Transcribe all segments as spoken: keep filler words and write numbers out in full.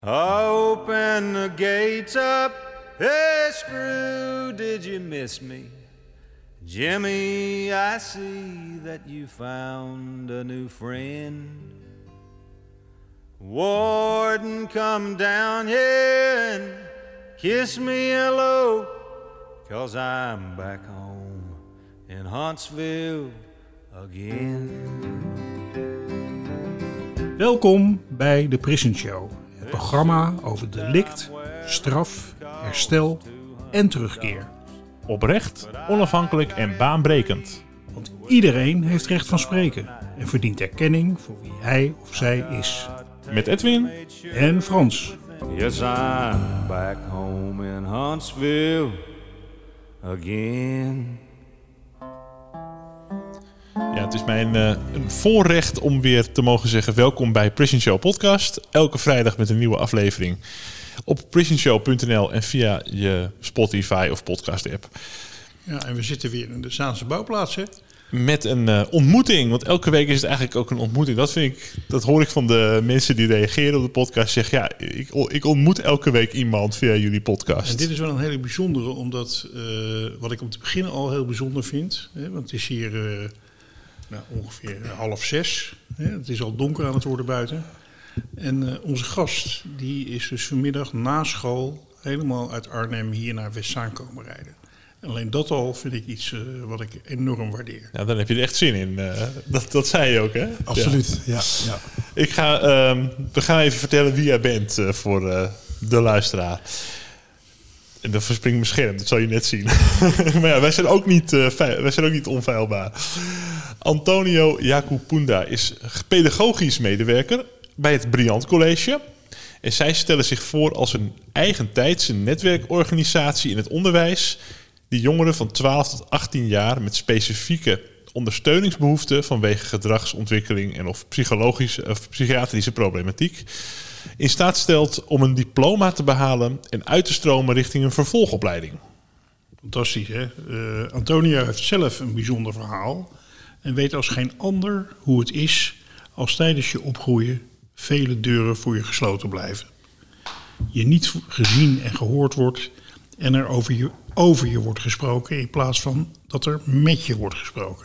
Open the gates up, hey Screw, did you miss me? Jimmy, I see that you found a new friend. Warden, come down here and kiss me hello, 'cause I'm back home in Huntsville again. Welkom bij de Prison Show. Het programma over delict, straf, herstel en terugkeer. Oprecht, onafhankelijk en baanbrekend. Want iedereen heeft recht van spreken en verdient erkenning voor wie hij of zij is. Met Edwin en Frans. Yes, I'm back home in Huntsville again. Ja, het is mijn uh, een voorrecht om weer te mogen zeggen welkom bij Prison Show Podcast. Elke vrijdag met een nieuwe aflevering op prison show punt n l en via je Spotify of podcast app. Ja, en we zitten weer in de Zaanse bouwplaats, hè? Met een uh, ontmoeting, want elke week is het eigenlijk ook een ontmoeting. Dat vind ik, dat hoor ik van de mensen die reageren op de podcast. Zeg ja, ik, ik ontmoet elke week iemand via jullie podcast. En dit is wel een hele bijzondere, omdat uh, wat ik om te beginnen al heel bijzonder vind. Hè, want het is hier uh, nou, ongeveer half zes. Hè, het is al donker aan het worden buiten. En uh, onze gast, die is dus vanmiddag na school helemaal uit Arnhem hier naar Westzaan komen rijden. En alleen dat al vind ik iets uh, wat ik enorm waardeer. Ja, dan heb je er echt zin in. Uh, dat, dat zei je ook, hè? Absoluut, ja. ja, ja. Ik ga, uh, we gaan even vertellen wie jij bent uh, voor uh, de luisteraar. En dat verspringt mijn scherm, dat zal je net zien. Maar ja, wij zijn ook niet, uh, veil, wij zijn ook niet onfeilbaar. Antonio Jacupunda is pedagogisch medewerker bij het Briant College. En zij stellen zich voor als een eigentijdse netwerkorganisatie in het onderwijs die jongeren van twaalf tot achttien jaar met specifieke ondersteuningsbehoeften vanwege gedragsontwikkeling en of psychologische of psychiatrische problematiek in staat stelt om een diploma te behalen en uit te stromen richting een vervolgopleiding. Fantastisch, hè? Uh, Antonio heeft zelf een bijzonder verhaal en weet als geen ander hoe het is als tijdens je opgroeien vele deuren voor je gesloten blijven. Je niet gezien en gehoord wordt en er over je, over je wordt gesproken in plaats van dat er met je wordt gesproken.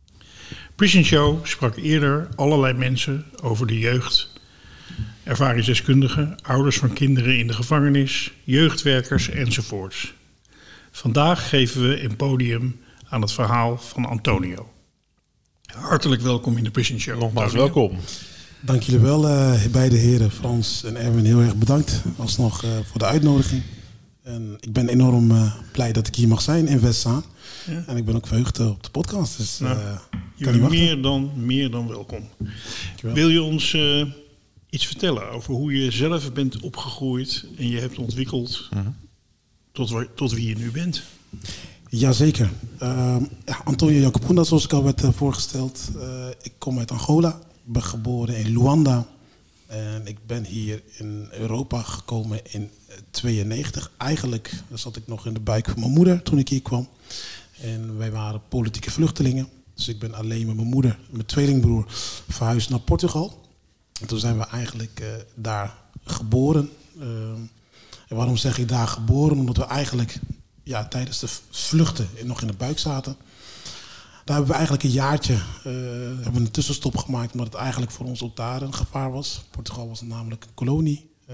Prison Show sprak eerder allerlei mensen over de jeugd, ervaringsdeskundigen, ouders van kinderen in de gevangenis, jeugdwerkers enzovoorts. Vandaag geven we een podium aan het verhaal van Antonio. Hartelijk welkom in de Prison Show. Nogmaals welkom. Dank jullie wel, uh, beide heren, Frans en Erwin, heel erg bedankt alsnog uh, voor de uitnodiging. En ik ben enorm uh, blij dat ik hier mag zijn in Westzaan. Ja. En ik ben ook verheugd uh, op de podcast. Dus, nou, uh, je bent meer dan, meer dan welkom. Dankjewel. Wil je ons uh, iets vertellen over hoe je zelf bent opgegroeid en je hebt ontwikkeld uh-huh. tot, waar, tot wie je nu bent? Jazeker. Uh, ja, Antonio Jacupunda, zoals ik al werd uh, voorgesteld. Uh, ik kom uit Angola. Ik ben geboren in Luanda. En ik ben hier in Europa gekomen in tweeënnegentig. Eigenlijk zat ik nog in de buik van mijn moeder toen ik hier kwam. En wij waren politieke vluchtelingen. Dus ik ben alleen met mijn moeder en mijn tweelingbroer verhuisd naar Portugal. En toen zijn we eigenlijk uh, daar geboren. Uh, en waarom zeg ik daar geboren? Omdat we eigenlijk ja, tijdens de vluchten nog in de buik zaten. Daar hebben we eigenlijk een jaartje uh, hebben we een tussenstop gemaakt, omdat het eigenlijk voor ons ook daar een gevaar was. Portugal was namelijk een kolonie. Uh,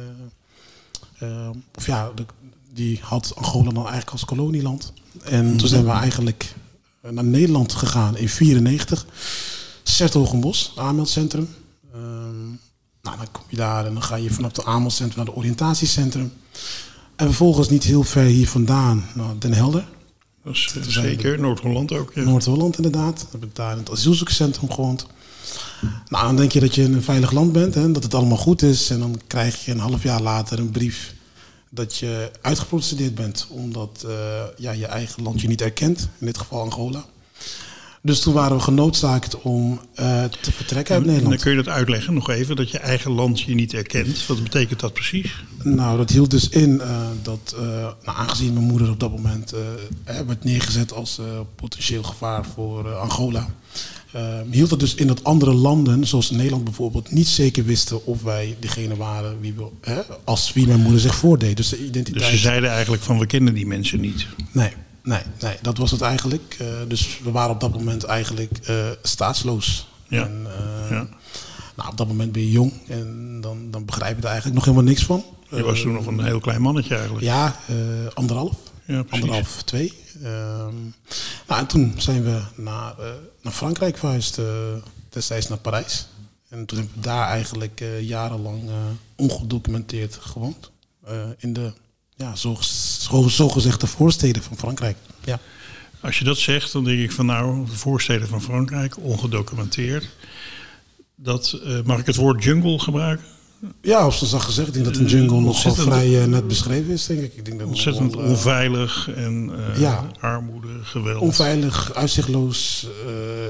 uh, of ja, de, die had Angola dan eigenlijk als kolonieland. En toen zijn we eigenlijk naar Nederland gegaan in vierennegentig. Zertogenbos, aanmeldcentrum. Uh, nou, dan kom je daar en dan ga je vanaf het aanmeldcentrum naar het oriëntatiecentrum. En vervolgens niet heel ver hier vandaan naar Den Helder. Dat is uh, zeker, Noord-Holland ook. Ja. Noord-Holland inderdaad. Dan heb ik daar in het asielzoekerscentrum gewoond. Nou, dan denk je dat je in een veilig land bent, hè, dat het allemaal goed is. En dan krijg je een half jaar later een brief dat je uitgeprocedeerd bent. Omdat uh, ja, je eigen land je niet erkent, in dit geval Angola. Dus toen waren we genoodzaakt om uh, te vertrekken uit en, Nederland. Dan kun je dat uitleggen nog even, dat je eigen land je niet erkent. Wat betekent dat precies? Nou, dat hield dus in uh, dat, uh, nou, aangezien mijn moeder op dat moment uh, werd neergezet als uh, potentieel gevaar voor uh, Angola, uh, hield het dus in dat andere landen, zoals Nederland bijvoorbeeld, niet zeker wisten of wij degene waren wie we, hè, als wie mijn moeder zich voordeed. Dus de identiteit. Dus ze zeiden eigenlijk van we kennen die mensen niet. Nee, nee, nee, dat was het eigenlijk. Uh, dus we waren op dat moment eigenlijk uh, staatsloos. Ja. En, uh, ja. Nou, op dat moment ben je jong en dan, dan begrijp je er eigenlijk nog helemaal niks van. Je was toen nog een heel klein mannetje eigenlijk. Ja, uh, anderhalf. Ja, anderhalf, twee. Uh, nou, en toen zijn we naar, uh, naar Frankrijk verhuisd, uh, destijds naar Parijs. En toen hebben we daar eigenlijk uh, jarenlang uh, ongedocumenteerd gewoond. Uh, in de ja, zo, zo, zogezegde voorsteden van Frankrijk. Ja. Als je dat zegt, dan denk ik van nou, de voorsteden van Frankrijk, ongedocumenteerd. Dat, uh, mag ik het woord jungle gebruiken? Ja, op zijn zacht gezegd. Ik denk dat een jungle nog wel vrij uh, net beschreven is, denk ik. ik denk dat ontzettend wel, uh, onveilig en uh, ja, armoede, geweld. Onveilig, uitzichtloos. Uh,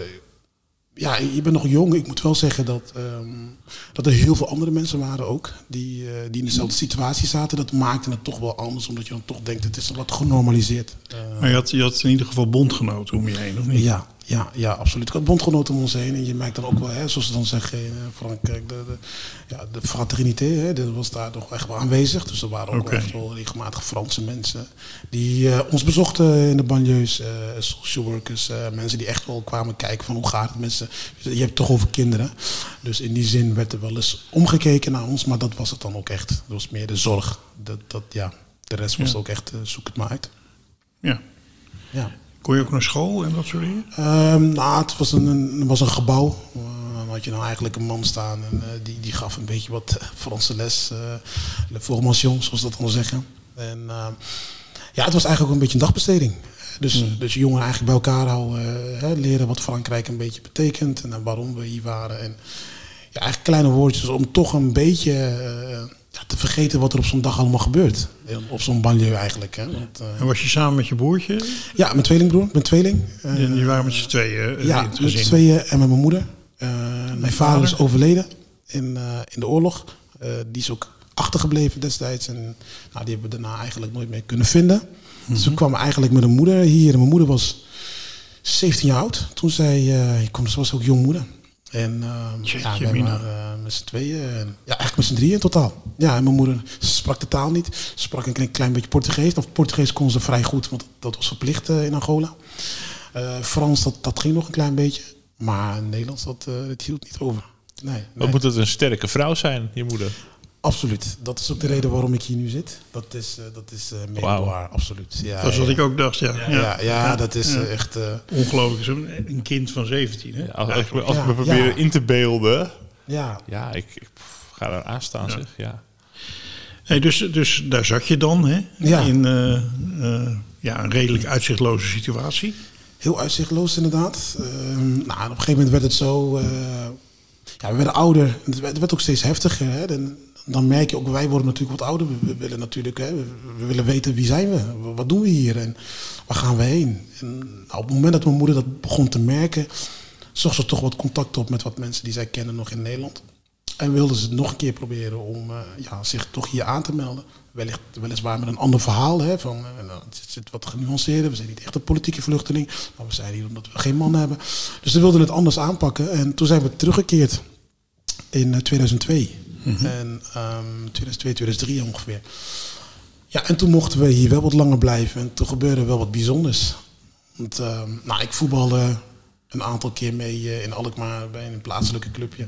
ja, je bent nog jong. Ik moet wel zeggen dat, um, dat er heel veel andere mensen waren ook. Die, uh, die in dezelfde situatie zaten. Dat maakte het toch wel anders. Omdat je dan toch denkt, het is wat genormaliseerd. Uh, maar je had, je had in ieder geval bondgenoten om je heen, of niet? Ja. Ja, ja, absoluut. Ik had bondgenoten om ons heen. En je merkt dan ook wel, hè, zoals ze dan zeggen in Frankrijk, de, de, ja, de fraternité, hè, dat was daar toch echt wel aanwezig. Dus er waren ook okay. wel echt wel regelmatig Franse mensen die uh, ons bezochten in de banlieues, uh, social workers, uh, mensen die echt wel kwamen kijken van hoe gaat het mensen. Je hebt het toch over kinderen. Dus in die zin werd er wel eens omgekeken naar ons, maar dat was het dan ook echt. Dat was meer de zorg. Dat, dat, ja, de rest was ja. ook echt, uh, zoek het maar uit. Ja. Ja. Kon je ook naar school en dat soort dingen? Um, nou, het was een, een, was een gebouw. Uh, dan had je nou eigenlijk een man staan en uh, die, die gaf een beetje wat uh, Franse les. Uh, le formation, zoals dat dan zeggen. En uh, ja, het was eigenlijk ook een beetje een dagbesteding. Dus, mm. dus jongeren eigenlijk bij elkaar houden, uh, hè, leren wat Frankrijk een beetje betekent en uh, waarom we hier waren. En ja, eigenlijk kleine woordjes om toch een beetje uh, ja, te vergeten wat er op zo'n dag allemaal gebeurt. Op zo'n banlieue eigenlijk. Hè. Want, uh, en was je samen met je broertje? Ja, mijn tweelingbroer, mijn tweeling. Uh, en die waren met z'n tweeën uh, ja, in het met z'n tweeën en met mijn moeder. Uh, mijn vader, vader is overleden in, uh, in de oorlog. Uh, die is ook achtergebleven destijds. En nou, die hebben we daarna eigenlijk nooit meer kunnen vinden. Mm-hmm. Dus we kwamen eigenlijk met een moeder hier. En mijn moeder was zeventien jaar oud. Toen zij, uh, ik kwam, ze was ook jong moeder. En uh, Tje, ja, wij waren uh, met z'n tweeën. En, ja, eigenlijk met z'n drieën in totaal. Ja, en mijn moeder sprak de taal niet. Ze sprak een klein beetje Portugees. Of Portugees kon ze vrij goed, want dat was verplicht uh, in Angola. Uh, Frans, dat, dat ging nog een klein beetje. Maar Nederlands, dat, uh, dat hield niet over. Nee, nee. Wat moet het een sterke vrouw zijn, je moeder? Absoluut. Dat is ook de reden waarom ik hier nu zit. Dat is, uh, dat is uh, mede wow. waar, absoluut. Ja, dat is wat ja. ik ook dacht, ja. Ja, ja, ja, ja dat is ja. Uh, echt... Uh, ongelooflijk. Een kind van zeventien, hè? Ja, als als, als ja, we proberen ja. in te beelden... Ja, ja ik, ik ga er aan staan, ja. zeg. Ja. Hey, dus, dus daar zat je dan, hè? Ja. In uh, uh, ja, een redelijk uitzichtloze situatie. Heel uitzichtloos, inderdaad. Uh, nou, op een gegeven moment werd het zo... Uh, ja, we werden ouder. Het werd, het werd ook steeds heftiger, hè? En, dan merk je ook, wij worden natuurlijk wat ouder. We, we willen natuurlijk, hè, we, we willen weten wie zijn we, wat doen we hier en waar gaan we heen. En nou, op het moment dat mijn moeder dat begon te merken, zocht ze toch wat contact op met wat mensen die zij kennen nog in Nederland. En wilden ze het nog een keer proberen om uh, ja, zich toch hier aan te melden. Wellicht, weliswaar met een ander verhaal. Hè, van, uh, nou, het zit wat genuanceerder. We zijn niet echt een politieke vluchteling. Maar we zijn hier omdat we geen man hebben. Dus ze wilden het anders aanpakken. En toen zijn we teruggekeerd in uh, tweeduizend twee. Mm-hmm. En um, tweeduizend twee, tweeduizend drie ongeveer. Ja, en toen mochten we hier wel wat langer blijven. En toen gebeurde wel wat bijzonders. Want, uh, nou, ik voetbalde een aantal keer mee uh, in Alkmaar bij een plaatselijke clubje.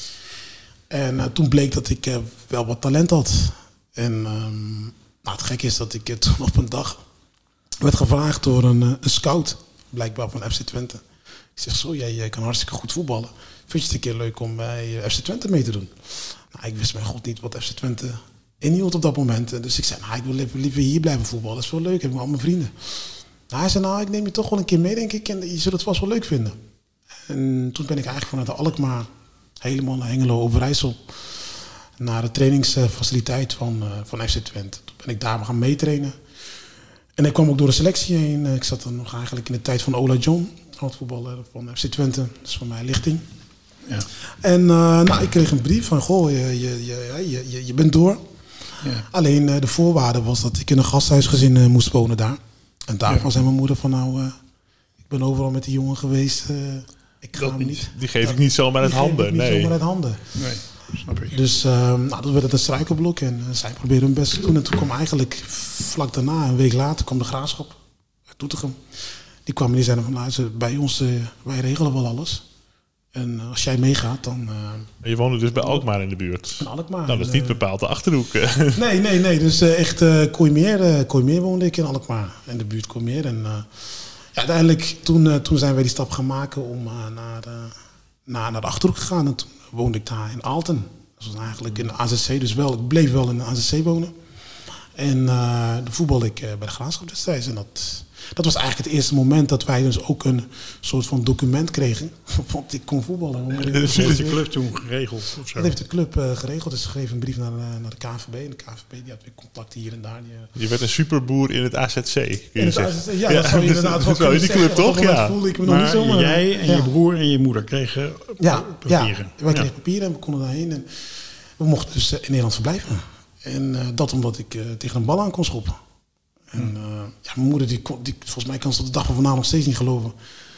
En uh, toen bleek dat ik uh, wel wat talent had. En um, nou, het gekke is dat ik uh, toen op een dag werd gevraagd door een, uh, een scout, blijkbaar van F C Twente. Ik zeg zo, jij, jij kan hartstikke goed voetballen. Vind je het een keer leuk om bij uh, F C Twente mee te doen? Nou, ik wist mijn god niet wat F C Twente inhield op dat moment. Dus ik zei, nou, ik wil liever, liever hier blijven voetballen. Dat is wel leuk, heb ik al mijn vrienden. Nou, hij zei, nou, ik neem je toch wel een keer mee, denk ik. En je zult het vast wel leuk vinden. En toen ben ik eigenlijk vanuit de Alkmaar helemaal naar Hengelo Overijssel naar de trainingsfaciliteit van, uh, van F C Twente. Toen ben ik daar gaan meetrainen. En ik kwam ook door de selectie heen. Ik zat dan nog eigenlijk in de tijd van Ola John, oud-voetballer van F C Twente. Dat is van mij lichting. Ja. En uh, nou, ik kreeg een brief van, goh, je, je, je, je, je bent door. Ja. Alleen uh, de voorwaarde was dat ik in een gasthuisgezin uh, moest wonen daar. En daarvan ja. zei mijn moeder van, nou, uh, ik ben overal met die jongen geweest. Uh, Ik ga Dat hem niet. niet. Die geef Ja, ik niet zomaar uit die geef ik handen. Niet Nee. zomaar uit handen. Nee, snap ik. Dus uh, nou, dat werd het een struikelblok en uh, zij probeerden hun best te doen. En toen kwam eigenlijk vlak daarna, een week later, kwam de Graafschap uit Doetinchem. Die kwamen en die zeiden van, luister, bij ons, uh, wij regelen wel alles. En uh, als jij meegaat, dan... Uh, En je woonde dus bij Alkmaar in de buurt. in Alkmaar. Nou, dat is En, niet uh, bepaald de Achterhoek. Nee, nee, nee. Dus uh, echt uh, Kooimeer, uh, Kooimeer woonde ik in Alkmaar. In de buurt Kooimeer. En uh, ja, uiteindelijk, toen, uh, toen zijn wij die stap gaan maken om uh, naar, uh, naar, naar de Achterhoek te gaan. En toen woonde ik daar in Aalten. Dat was eigenlijk in de A Z C. Dus wel, ik bleef wel in de A Z C wonen. En uh, dan voetbalde ik uh, bij de Graafschap destijds. En dat, dat was eigenlijk het eerste moment dat wij dus ook een soort van document kregen. Want ik kon voetballen. Dat heeft de club toen geregeld of zo? Dat heeft de club uh, geregeld. Dus ze schreef een brief naar, uh, naar de K N V B. En de K N V B die had weer contacten hier en daar. Die, uh, Je werd een superboer in het A Z C, kun je in het zeggen. A Z C, ja, dat zou je inderdaad wel zo is kunnen die club zeggen. Op toch? dat moment Ja. voelde ik me nog Maar niet zo, maar, jij en ja. je broer en je moeder kregen Ja, papieren. ja, wij kregen papieren en we konden daarheen. En we mochten dus uh, in Nederland verblijven. En uh, dat omdat ik uh, tegen een bal aan kon schoppen. En uh, ja, mijn moeder, die, kon, die, volgens mij kan ze tot de dag van vandaag nog steeds niet geloven.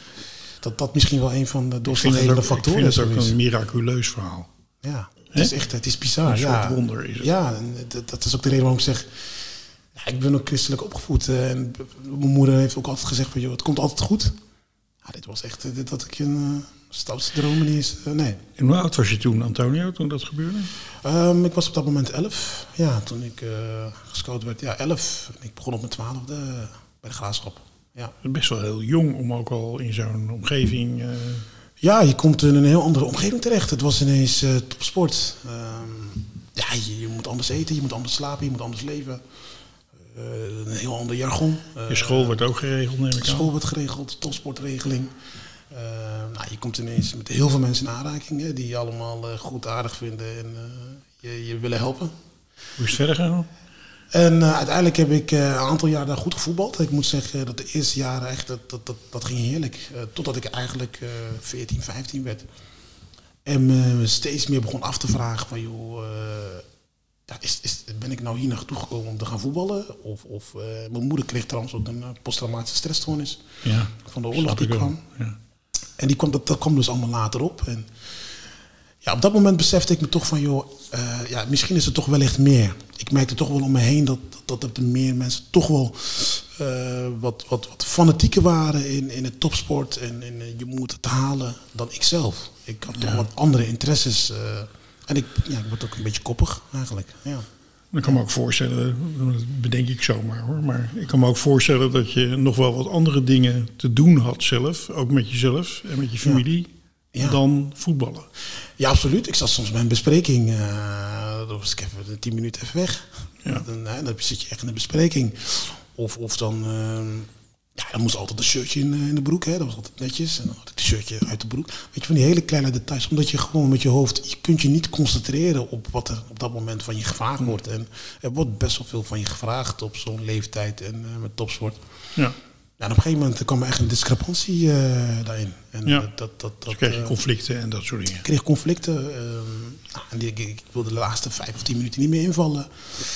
Dat dat misschien wel een van de doorslaggevende factoren is Ik vind het ook geweest. een miraculeus verhaal. Ja, het is echt, het is bizar. Een ja. soort wonder is het. Ja, en dat, dat is ook de reden waarom ik zeg, ja, ik ben ook christelijk opgevoed. Uh, en mijn moeder heeft ook altijd gezegd van, joh, het komt altijd goed. Ja, dit was echt, dit had ik een uh, stoutste droom niet eens, uh, nee. En hoe oud was je toen, Antonio, toen dat gebeurde? Um, ik was op dat moment elf. Ja, toen ik uh, gescout werd. Ja, elf. En ik begon op mijn twaalfde bij de Graafschap. Ja. Best wel heel jong om ook al in zo'n omgeving... Uh... Ja, je komt in een heel andere omgeving terecht. Het was ineens uh, topsport. Um, ja, je, je moet anders eten, je moet anders slapen, je moet anders leven. Uh, een heel ander jargon. Uh, je school werd ook geregeld, neem ik aan. School werd geregeld, topsportregeling. Uh, nou, je komt ineens met heel veel mensen in aanraking hè, die je allemaal uh, goed aardig vinden en uh, je, je willen helpen. Hoe is het verder gegaan? En uh, uiteindelijk heb ik uh, een aantal jaar daar goed gevoetbald. Ik moet zeggen dat de eerste jaren echt, dat, dat, dat, dat ging heerlijk. Uh, totdat ik eigenlijk uh, veertien, vijftien werd. En me uh, steeds meer begon af te vragen van joh, uh, ja, is, is, ben ik nou hier naartoe gekomen om te gaan voetballen? Of, of uh, mijn moeder kreeg trouwens ook een uh, posttraumatische stressstoornis ja, van de oorlog die kwam. Ja. En die kwam, dat, dat kwam dus allemaal later op. En ja, op dat moment besefte ik me toch van, joh, uh, ja, misschien is er toch wellicht meer. Ik merkte toch wel om me heen dat, dat, dat er meer mensen toch wel uh, wat, wat, wat fanatieker waren in, in het topsport. En, en uh, je moet het halen dan ik zelf. Ik had toch ja. wat andere interesses. Uh, en ik, ja, ik word ook een beetje koppig eigenlijk. Ja. Ik kan me ook voorstellen, dat bedenk ik zomaar hoor, maar ik kan me ook voorstellen dat je nog wel wat andere dingen te doen had zelf, ook met jezelf en met je familie, ja. Ja. dan voetballen. Ja, absoluut. Ik zat soms bij een bespreking, uh, dan was ik even tien minuten even weg. Ja. Dan, uh, dan zit je echt in de bespreking. Of, of dan, uh, ja, dan moest altijd een shirtje in, in de broek, hè. Dat was altijd netjes. En dan had ik een shirtje uit de broek. Weet je, van die hele kleine details. Omdat je gewoon met je hoofd, je kunt je niet concentreren op wat er op dat moment van je gevraagd wordt. En er wordt best wel veel van je gevraagd op zo'n leeftijd en uh, met topsport. Ja. Ja, en op een gegeven moment kwam er echt een discrepantie uh, daarin. En ja. dat, dat, dat, dus kreeg je uh, conflicten en dat soort dingen. Ik kreeg conflicten. Uh, nou, en die, ik, ik wilde de laatste vijf of tien minuten niet meer invallen.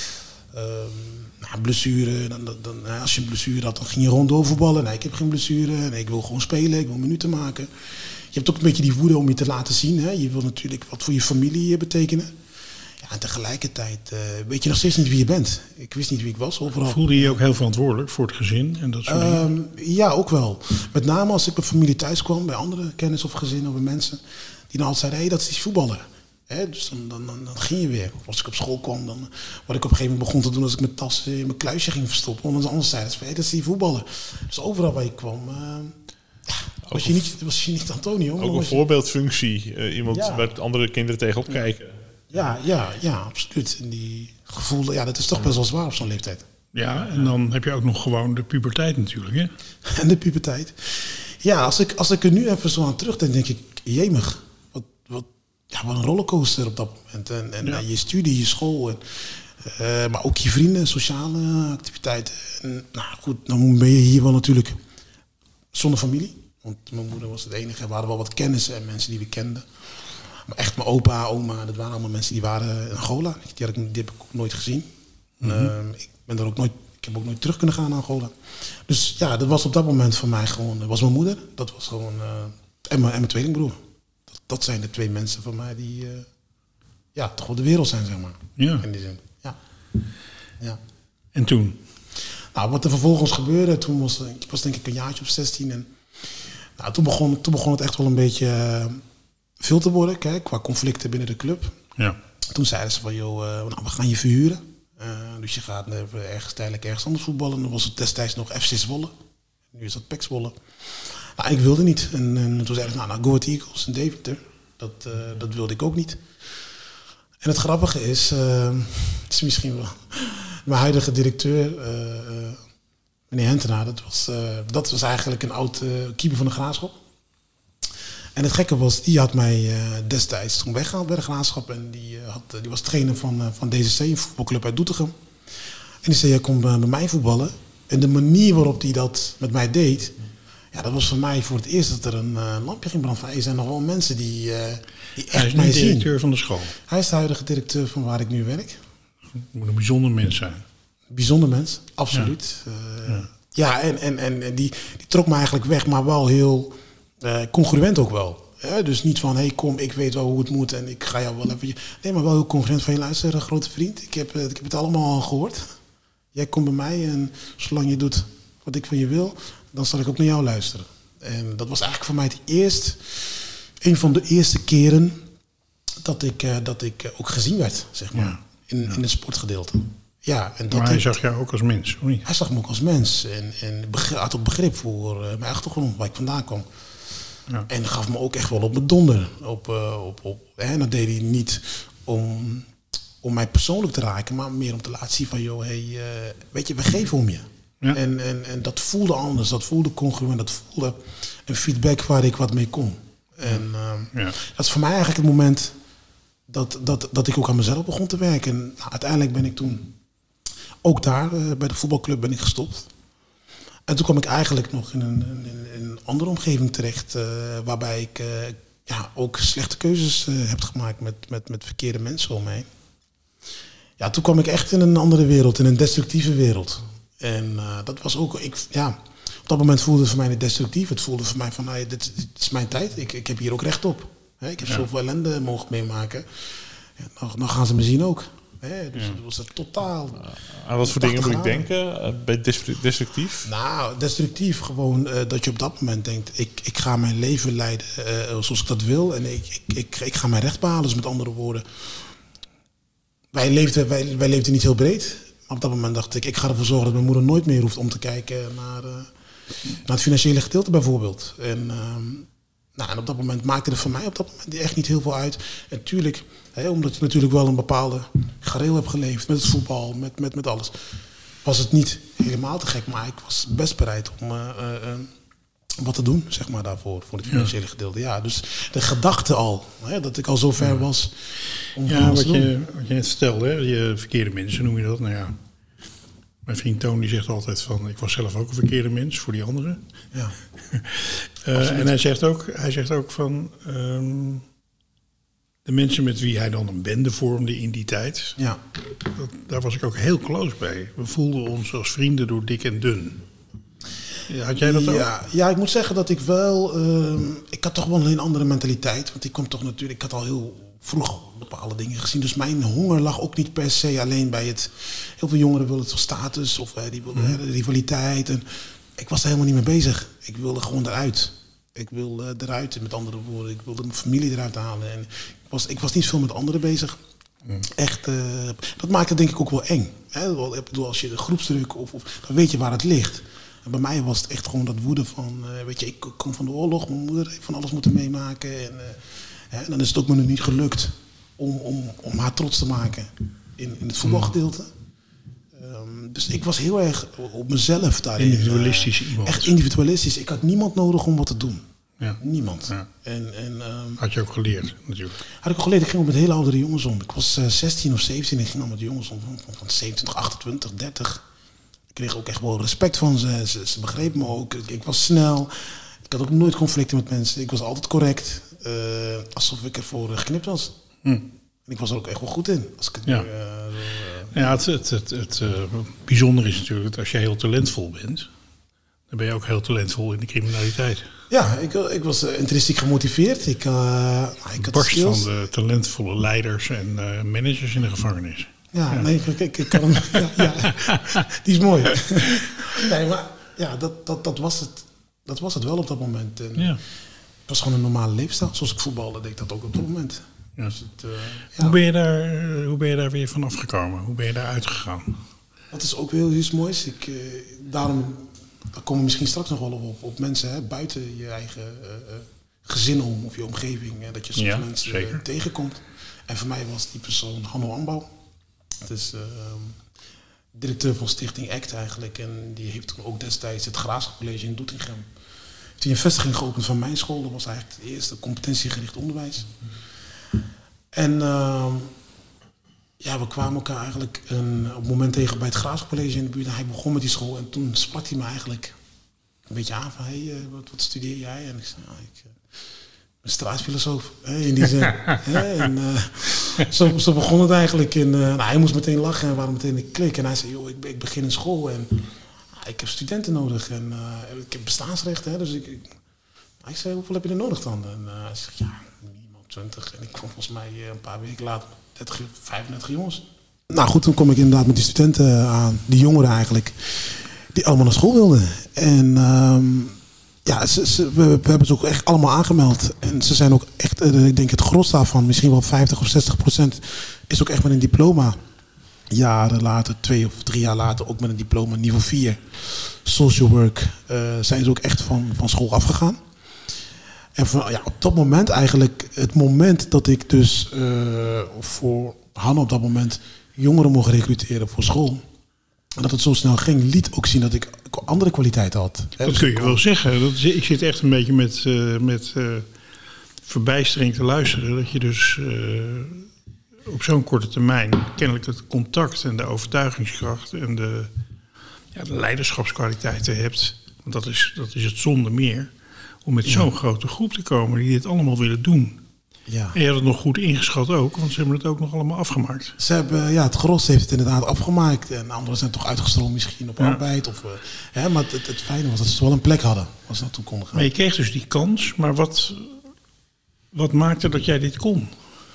Uh, nou, blessure. Dan, dan, dan, als je een blessure had, dan ging je rond doorvoetballen. Nee, ik heb geen blessure. Nee, ik wil gewoon spelen. Ik wil minuten maken. Je hebt ook een beetje die woede om je te laten zien. Hè. Je wil natuurlijk wat voor je familie betekenen. Ja, en tegelijkertijd uh, weet je nog steeds niet wie je bent. Ik wist niet wie ik was. Overal. Voelde je je ook heel verantwoordelijk voor het gezin en dat soort uh, dingen? Ja, ook wel. Met name als ik bij familie thuis kwam, bij andere kennis of gezinnen of bij mensen. Die dan altijd zeiden, hé, hey, dat is die voetballer. Hè, dus dan, dan, dan, dan ging je weer. Of als ik op school kwam, dan, wat ik op een gegeven moment begon te doen als ik mijn tas in mijn kluisje ging verstoppen. Want anders zeiden ze, hé, hey, dat is die voetballer. Dus overal waar je kwam, uh, ja, was, je niet, was je niet Antonio. Ook een voorbeeldfunctie. Uh, iemand ja. waar andere kinderen tegenop kijken. Ja, ja, ja, absoluut. En die gevoel, ja, dat is toch best wel zwaar op zo'n leeftijd. Ja, en dan heb je ook nog gewoon de puberteit natuurlijk, hè? En de puberteit. Ja, als ik, als ik er nu even zo aan terugdenk, denk ik, jemig. Wat, wat, ja, wat een rollercoaster op dat moment. En, en ja. je studie, je school, en, uh, maar ook je vrienden, sociale activiteiten. En, nou goed, dan ben je hier wel natuurlijk zonder familie. Want mijn moeder was het enige. We hadden wel wat kennissen en mensen die we kenden. Maar echt mijn opa, oma, dat waren allemaal mensen die waren in Angola. Die, had ik, die heb ik ook nooit gezien. Mm-hmm. Uh, ik ben daar ook nooit, ik heb ook nooit terug kunnen gaan naar Angola. Dus ja, dat was op dat moment voor mij gewoon, dat was mijn moeder. Dat was gewoon, uh, En mijn, en mijn tweelingbroer. Dat, dat zijn de twee mensen van mij die uh, ja, toch wel de wereld zijn, zeg maar. Ja. In die zin. Ja. Ja. En toen? Nou, wat er vervolgens gebeurde, toen was ik was denk ik een jaartje of zestien. En nou, toen, begon, toen begon het echt wel een beetje uh, veel te worden, kijk, qua conflicten binnen de club. Ja. Toen zeiden ze van, joh, uh, nou, we gaan je verhuren. Uh, dus je gaat uh, ergens tijdelijk ergens anders voetballen. Dan was het destijds nog F C Zwolle. Nu is dat P E C Zwolle. Nou, ik wilde niet. En, en toen zeiden ze, nou, nou Go Ahead Eagles in Deventer. Dat, uh, dat wilde ik ook niet. En het grappige is, uh, het is misschien wel... Mijn huidige directeur, uh, uh, meneer Hentenaar, dat was, uh, dat was eigenlijk een oud uh, keeper van de Graafschap. En het gekke was, die had mij uh, destijds toen weggehaald bij de Graafschap. En die, uh, had, uh, die was trainer van, uh, van D C C, een voetbalclub uit Doetinchem. En die zei, jij komt uh, bij mij voetballen. En de manier waarop hij dat met mij deed, ja, dat was voor mij voor het eerst dat er een uh, lampje ging branden. Er zijn nog wel mensen die, uh, die echt Hij is mij niet zien. directeur van de school. Hij is de huidige directeur van waar ik nu werk. Het moet een bijzonder mens zijn. Bijzonder mens, absoluut. Ja, uh, ja. ja en, en, en die, die trok me eigenlijk weg, maar wel heel uh, congruent ook wel. Ja, dus niet van, hé hey, kom, ik weet wel hoe het moet en ik ga jou wel even... Nee, maar wel heel congruent van, je luister, grote vriend. Ik heb, ik heb het allemaal al gehoord. Jij komt bij mij en zolang je doet wat ik van je wil, dan zal ik ook naar jou luisteren. En dat was eigenlijk voor mij het eerst, een van de eerste keren dat ik, uh, dat ik ook gezien werd, zeg maar, ja. in, ja. in het sportgedeelte. Ja, en dat maar hij ik, zag jou ook als mens, of niet? Hij zag me ook als mens en, en begrip, had ook begrip voor uh, mijn achtergrond, waar ik vandaan kwam. Ja. En gaf me ook echt wel op mijn donder. Op, uh, op, op, hè, en dat deed hij niet om, om mij persoonlijk te raken, maar meer om te laten zien van, joh, hey, uh, weet je, we geven om je. Ja. En, en, en dat voelde anders, dat voelde congruent, dat voelde een feedback waar ik wat mee kon. En uh, ja. dat is voor mij eigenlijk het moment dat, dat, dat ik ook aan mezelf begon te werken. En nou, uiteindelijk ben ik toen ook daar uh, bij de voetbalclub ben ik gestopt. En toen kwam ik eigenlijk nog in een, in, in een andere omgeving terecht, uh, waarbij ik uh, ja, ook slechte keuzes uh, heb gemaakt met, met, met verkeerde mensen om me heen. Ja, toen kwam ik echt in een andere wereld, in een destructieve wereld. En uh, dat was ook, ik, ja, op dat moment voelde het voor mij niet destructief. Het voelde voor mij van, nou, dit, dit is mijn tijd, ik, ik heb hier ook recht op. Hè, ik heb ja. zoveel ellende mogen meemaken. Ja, nou, nou gaan ze me zien ook. Hè, dus ja. dat was het totaal... Uh, aan wat voor dingen moet ik denken? Uh, bij destructief? Nou, destructief gewoon uh, dat je op dat moment denkt, ik, ik ga mijn leven leiden uh, zoals ik dat wil. En ik, ik, ik, ik ga mijn recht behalen, dus met andere woorden. Wij leefden, wij, wij leefden niet heel breed. Maar op dat moment dacht ik, ik ga ervoor zorgen dat mijn moeder nooit meer hoeft om te kijken naar, uh, naar het financiële gedeelte bijvoorbeeld. En, uh, nou, en op dat moment maakte het voor mij op dat moment echt niet heel veel uit. En natuurlijk, hè, omdat je natuurlijk wel een bepaalde gareel hebt geleefd met het voetbal, met, met, met alles, was het niet helemaal te gek. Maar ik was best bereid om uh, uh, wat te doen, zeg maar, daarvoor, voor het financiële ja. gedeelte. Ja, dus de gedachte al, hè, dat ik al zo ver was om ja, wat je, wat je net vertelde, hè, je verkeerde mensen noem je dat. Nou ja, mijn vriend Toon die zegt altijd van, ik was zelf ook een verkeerde mens voor die anderen. Ja. uh, en hij zegt ook, hij zegt ook van, um, de mensen met wie hij dan een bende vormde in die tijd, ja. dat, daar was ik ook heel close bij. We voelden ons als vrienden door dik en dun. Had jij dat ja, ook? Ja, ik moet zeggen dat ik wel... Uh, ik had toch wel een andere mentaliteit. Want ik kwam toch natuurlijk... Ik had al heel vroeg bepaalde dingen gezien. Dus mijn honger lag ook niet per se alleen bij het... Heel veel jongeren wilden toch status of uh, die wilden mm. uh, rivaliteit. En ik was er helemaal niet mee bezig. Ik wilde gewoon eruit. Ik wilde uh, eruit, met andere woorden. Ik wilde mijn familie eruit halen. En ik, was, ik was niet veel met anderen bezig. Mm. Echt, uh, dat maakte denk ik ook wel eng. Hè? Ik bedoel, als je de groepsdruk... Of, of, dan weet je waar het ligt. En bij mij was het echt gewoon dat woede van, uh, weet je, ik kom van de oorlog, mijn moeder heeft van alles moeten meemaken. En, uh, hè, en dan is het ook me nu niet gelukt om, om, om haar trots te maken in, in het voetbalgedeelte. Um, dus ik was heel erg op mezelf daarin. Individualistisch uh, iemand. Echt individualistisch. Ik had niemand nodig om wat te doen. Ja. Niemand. Ja. En, en, um, had je ook geleerd, natuurlijk. Had ik ook geleerd. Ik ging ook met hele oudere jongens om. Ik was uh, zestien of zeventien en ik ging al met jongens om van, van zevenentwintig, achtentwintig, dertig. Ik kreeg ook echt wel respect van ze. Ze, ze begrepen me ook. Ik, ik was snel. Ik had ook nooit conflicten met mensen. Ik was altijd correct. Uh, alsof ik ervoor uh, geknipt was. Hm. En ik was er ook echt wel goed in. Als ik het ja. nu, uh, zo, uh, ja, het, het, het, het uh, bijzondere is natuurlijk dat als je heel talentvol bent, Dan ben je ook heel talentvol in de criminaliteit. Ja, ik, ik was uh, intrinsiek gemotiveerd. Ik, uh, ik had Barst skills. van de talentvolle leiders en uh, managers in de gevangenis. Ja, Ja. nee, ik, ik, ik kan hem... ja, ja, die is mooi. Nee, maar ja, dat, dat, dat, was het, dat was het wel op dat moment. En Ja. het was gewoon een normale leefstijl. Zoals ik voetbalde, deed ik dat ook op dat moment. Ja. Dus het, uh, ja. Hoe, ben je daar, uh, hoe ben je daar weer van afgekomen? Hoe ben je daar uitgegaan? Dat is ook weer iets moois. Ik, uh, daarom daar komen we misschien straks nog wel op, op mensen hè, buiten je eigen uh, gezin om of je omgeving. Hè, dat je soms Ja, mensen zeker. uh, tegenkomt. En voor mij was die persoon Hanno Ambouw. Het is uh, directeur van Stichting ACT eigenlijk. En die heeft toen ook destijds het Graafschap College in Doetinchem. Heeft hij een vestiging geopend van mijn school. Dat was eigenlijk het eerste competentiegericht onderwijs. En uh, ja, we kwamen elkaar eigenlijk een, op het moment tegen bij het Graafschap College in de buurt. En hij begon met die school en toen sprak hij me eigenlijk een beetje aan van, hé, hey, uh, wat, wat studeer jij? En ik zei, nou, ik uh, ben straatfilosoof. Hey, in die zin. Hey, en, uh, zo, zo begon het eigenlijk. En, uh, nou, hij moest meteen lachen en we waren meteen een klik. En hij zei, joh, ik, ik begin in school en uh, ik heb studenten nodig. En uh, ik heb bestaansrecht, hè, dus ik... ik ik zei, hoeveel heb je er nodig dan? En uh, hij zegt, ja, minimaal twintig. En ik kwam volgens mij uh, een paar weken later dertig, vijfendertig jongens. Nou goed, toen kom ik inderdaad met die studenten aan, die jongeren eigenlijk, die allemaal naar school wilden. En um, ja, ze, ze, we, we hebben ze ook echt allemaal aangemeld. En ze zijn ook echt, uh, ik denk het gros daarvan, misschien wel vijftig of zestig procent, is ook echt met een diploma. Jaren later, twee of drie jaar later, ook met een diploma niveau vier. Social work, uh, zijn ze ook echt van, van school afgegaan. En van, ja, op dat moment eigenlijk, het moment dat ik dus uh, voor Hanno op dat moment jongeren mocht recruteren voor school. En dat het zo snel ging, liet ook zien dat ik andere kwaliteiten had. Hè, Dat dus kun je ik wel zeggen. Dat is, ik zit echt een beetje met, uh, met uh, verbijstering te luisteren. Dat je dus uh, op zo'n korte termijn kennelijk het contact en de overtuigingskracht en de, ja, de leiderschapskwaliteiten hebt. Want dat is, dat is het zonder meer. Om met Ja. zo'n grote groep te komen die dit allemaal willen doen. Ja. En je had het nog goed ingeschat ook, want ze hebben het ook nog allemaal afgemaakt. Ze hebben, ja, het gros heeft het inderdaad afgemaakt. En anderen zijn toch uitgestroomd misschien op Ja. arbeid. Of, uh, hè, maar het, het fijne was dat ze wel een plek hadden als ze naartoe konden gaan. Maar je kreeg dus die kans, maar wat, wat maakte dat jij dit kon?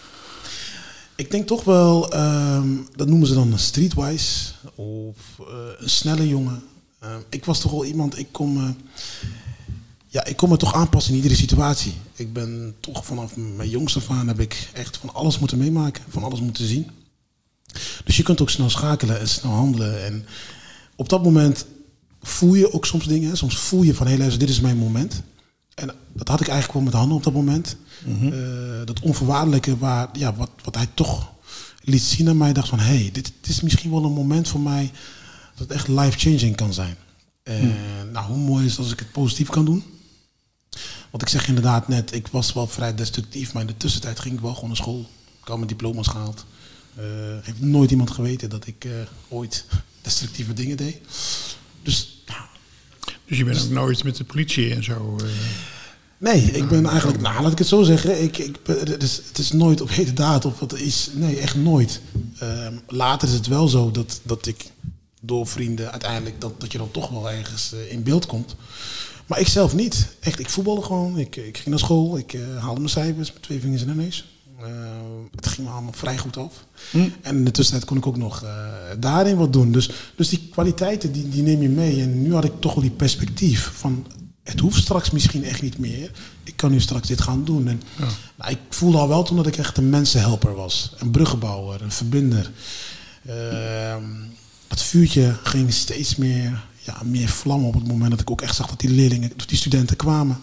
Ik denk toch wel, um, dat noemen ze dan een streetwise. Of uh, een snelle jongen. Uh, ik was toch wel iemand, ik kom... Uh, Ja, ik kon me toch aanpassen in iedere situatie. Ik ben toch vanaf mijn jongste af aan heb ik echt van alles moeten meemaken, van alles moeten zien. Dus je kunt ook snel schakelen en snel handelen. En op dat moment voel je ook soms dingen. Hè. Soms voel je van, hé luister, dit is mijn moment. En dat had ik eigenlijk wel met Hanno op dat moment. Mm-hmm. Uh, dat onvoorwaardelijke, waar, ja, wat, wat hij toch liet zien aan mij. Dacht van, hé, dit, dit is misschien wel een moment voor mij dat het echt life-changing kan zijn. En mm. nou, hoe mooi is het als ik het positief kan doen. Want ik zeg inderdaad net, ik was wel vrij destructief, maar in de tussentijd ging ik wel gewoon naar school. Ik had mijn diploma's gehaald. Uh, heeft nooit iemand geweten dat ik uh, ooit destructieve dingen deed. Dus, nou, dus je bent dus, ook nooit met de politie en zo? Uh, nee, ik ben eigenlijk, nou laat ik het zo zeggen, ik, ik, het, is, het is nooit op hete daad of wat is, nee, echt nooit. Uh, later is het wel zo dat, dat ik door vrienden uiteindelijk, dat, dat je dan toch wel ergens uh, in beeld komt. Maar ik zelf niet. Echt, ik voetbalde gewoon. Ik, ik ging naar school. Ik uh, haalde mijn cijfers met twee vingers in de neus. Uh, het ging me allemaal vrij goed af. Hm. En in de tussentijd kon ik ook nog uh, daarin wat doen. Dus, dus die kwaliteiten, die, die neem je mee. En nu had ik toch wel die perspectief van... Het hoeft straks misschien echt niet meer. Ik kan nu straks dit gaan doen. En, ja. nou, ik voelde al wel toen dat ik echt een mensenhelper was. Een bruggenbouwer, een verbinder. Uh, het vuurtje ging steeds meer... Ja, meer vlammen op het moment dat ik ook echt zag dat die leerlingen, die studenten kwamen.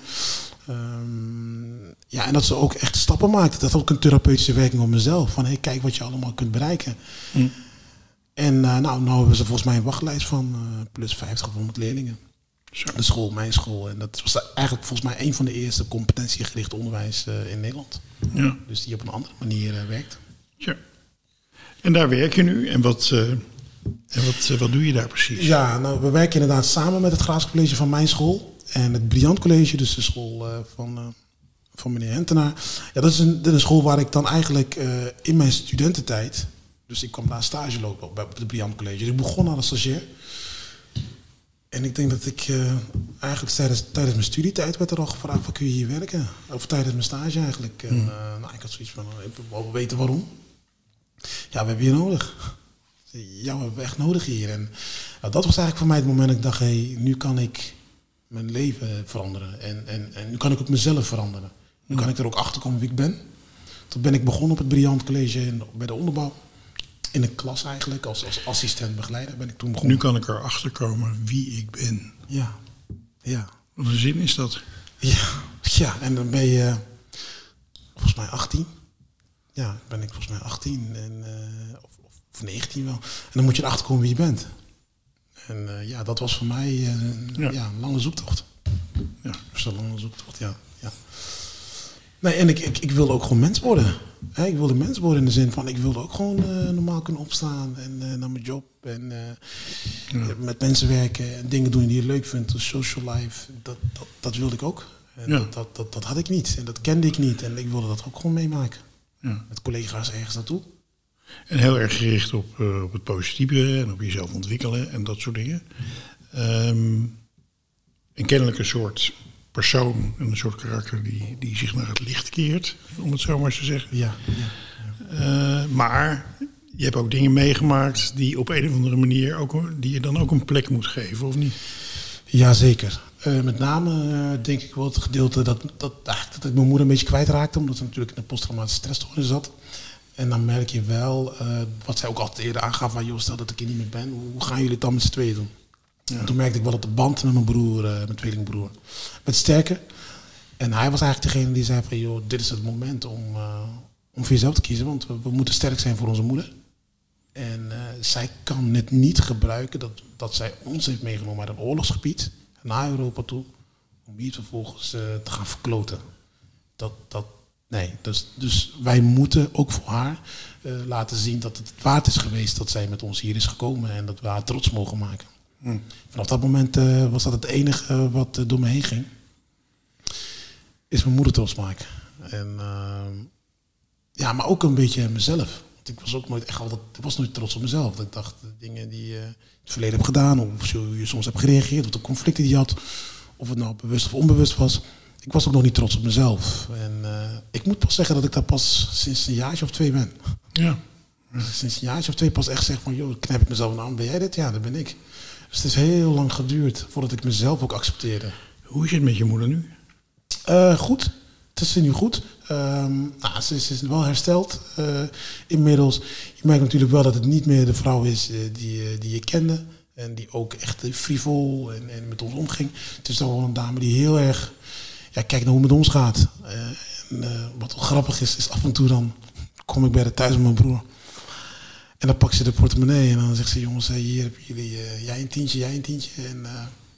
Um, ja, en dat ze ook echt stappen maakten. Dat had ook een therapeutische werking op mezelf. Van, hé, hey, kijk wat je allemaal kunt bereiken. Mm. En uh, nou, nou hebben ze volgens mij een wachtlijst van uh, plus vijftig of honderd leerlingen. Zo. De school, mijn school. En dat was eigenlijk volgens mij een van de eerste competentiegerichte onderwijs uh, in Nederland. Ja. Dus die op een andere manier uh, werkt. Ja. En daar werk je nu. En wat... Uh... En wat, wat doe je daar precies? Ja, nou, we werken inderdaad samen met het Graafschap College van mijn school. En het Briant College, dus de school uh, van, uh, van meneer Hentenaar. Ja, dat is een, dat is een school waar ik dan eigenlijk uh, in mijn studententijd... Dus ik kwam daar stage lopen bij het Briant College. Dus ik begon als stagiair. En En ik denk dat ik uh, eigenlijk tijdens, tijdens mijn studietijd werd er al gevraagd van kun je hier werken? Of tijdens mijn stage eigenlijk. En, uh, nou, ik had zoiets van, uh, ik wil weten waarom. Ja, we hebben je nodig. Ja, we hebben echt nodig hier. En uh, dat was eigenlijk voor mij het moment dat ik dacht, hé, hey, nu kan ik mijn leven veranderen. En, en, en nu kan ik ook mezelf veranderen. Nu kan ik er ook achter komen wie ik ben. Toen ben ik begonnen op het Briant College in, bij de onderbouw. In een klas eigenlijk, als, als assistent begeleider ben ik toen begonnen. Nu kan ik erachter komen wie ik ben. Ja, ja. Wat een zin is dat? Ja, ja. En dan ben je volgens mij achttien. Ja, ben ik volgens mij achttien en, uh, of, of negentien wel. En dan moet je erachter komen wie je bent. En uh, ja, dat was voor mij uh, ja. Ja, een lange zoektocht. Ja, dus een lange zoektocht, ja. ja. Nee, en ik, ik, ik wilde ook gewoon mens worden. He, ik wilde mens worden in de zin van, ik wilde ook gewoon uh, normaal kunnen opstaan en uh, naar mijn job. En uh, ja. met mensen werken en dingen doen die je leuk vindt. Dus social life, dat, dat, dat wilde ik ook. En ja. dat, dat, dat, dat had ik niet en dat kende ik niet. En ik wilde dat ook gewoon meemaken. Ja. Met collega's ergens naartoe. En heel erg gericht op, uh, op het positieve en op jezelf ontwikkelen en dat soort dingen. Um, en kennelijk een soort persoon, een soort karakter die, die zich naar het licht keert, om het zo maar eens te zeggen. Ja, ja, ja. Uh, maar je hebt ook dingen meegemaakt die op een of andere manier ook, die je dan ook een plek moet geven, of niet? Jazeker. Uh, met name uh, denk ik wel het gedeelte dat, dat, eigenlijk, dat ik mijn moeder een beetje kwijtraakte, omdat ze natuurlijk in een posttraumatische stressstoornis zat. En dan merk je wel, uh, wat zij ook altijd eerder aangaf, van joh, stel dat ik er niet meer ben, hoe gaan jullie het dan met z'n tweeën doen? Ja. Toen merkte ik wel dat de band met mijn broer, uh, mijn tweelingbroer, werd sterker. En hij was eigenlijk degene die zei van joh, dit is het moment om, uh, om voor jezelf te kiezen, want we, we moeten sterk zijn voor onze moeder. En uh, zij kan het niet gebruiken dat, dat zij ons heeft meegenomen uit een oorlogsgebied naar Europa toe, om hier vervolgens uh, te gaan verkloten. Dat, dat, nee, dus, dus wij moeten ook voor haar uh, laten zien dat het waard is geweest dat zij met ons hier is gekomen en dat we haar trots mogen maken. Hmm. Vanaf dat moment uh, was dat het enige uh, wat uh, door me heen ging. Is mijn moeder trots maken. En, uh, ja, maar ook een beetje mezelf. Want ik was ook nooit echt altijd, ik was nooit trots op mezelf. Dat ik dacht, de dingen die je uh, in het verleden heb gedaan, of hoe je soms hebt gereageerd, of de conflicten die je had, of het nou bewust of onbewust was. Ik was ook nog niet trots op mezelf. En uh, ik moet pas zeggen dat ik daar pas sinds een jaartje of twee ben. Ja. ja. Sinds een jaartje of twee pas echt zeg van, joh, knijp ik mezelf aan. Ben jij dit? Ja, dat ben ik. Dus het is heel lang geduurd voordat ik mezelf ook accepteerde. Hoe is het met je moeder nu? Uh, goed. Het is nu goed. Um, nou, ze, is, ze is wel hersteld uh, inmiddels. Je merkt natuurlijk wel dat het niet meer de vrouw is uh, die, uh, die je kende. En die ook echt uh, frivol en, en met ons omging. Het is toch wel een dame die heel erg ja, kijkt naar hoe het met ons gaat. Uh, en, uh, wat wel grappig is, is af en toe dan kom ik bij de thuis met mijn broer. En dan pakt ze de portemonnee en dan zegt ze, jongens, hier hebben jullie, uh, jij een tientje, jij een tientje. En uh,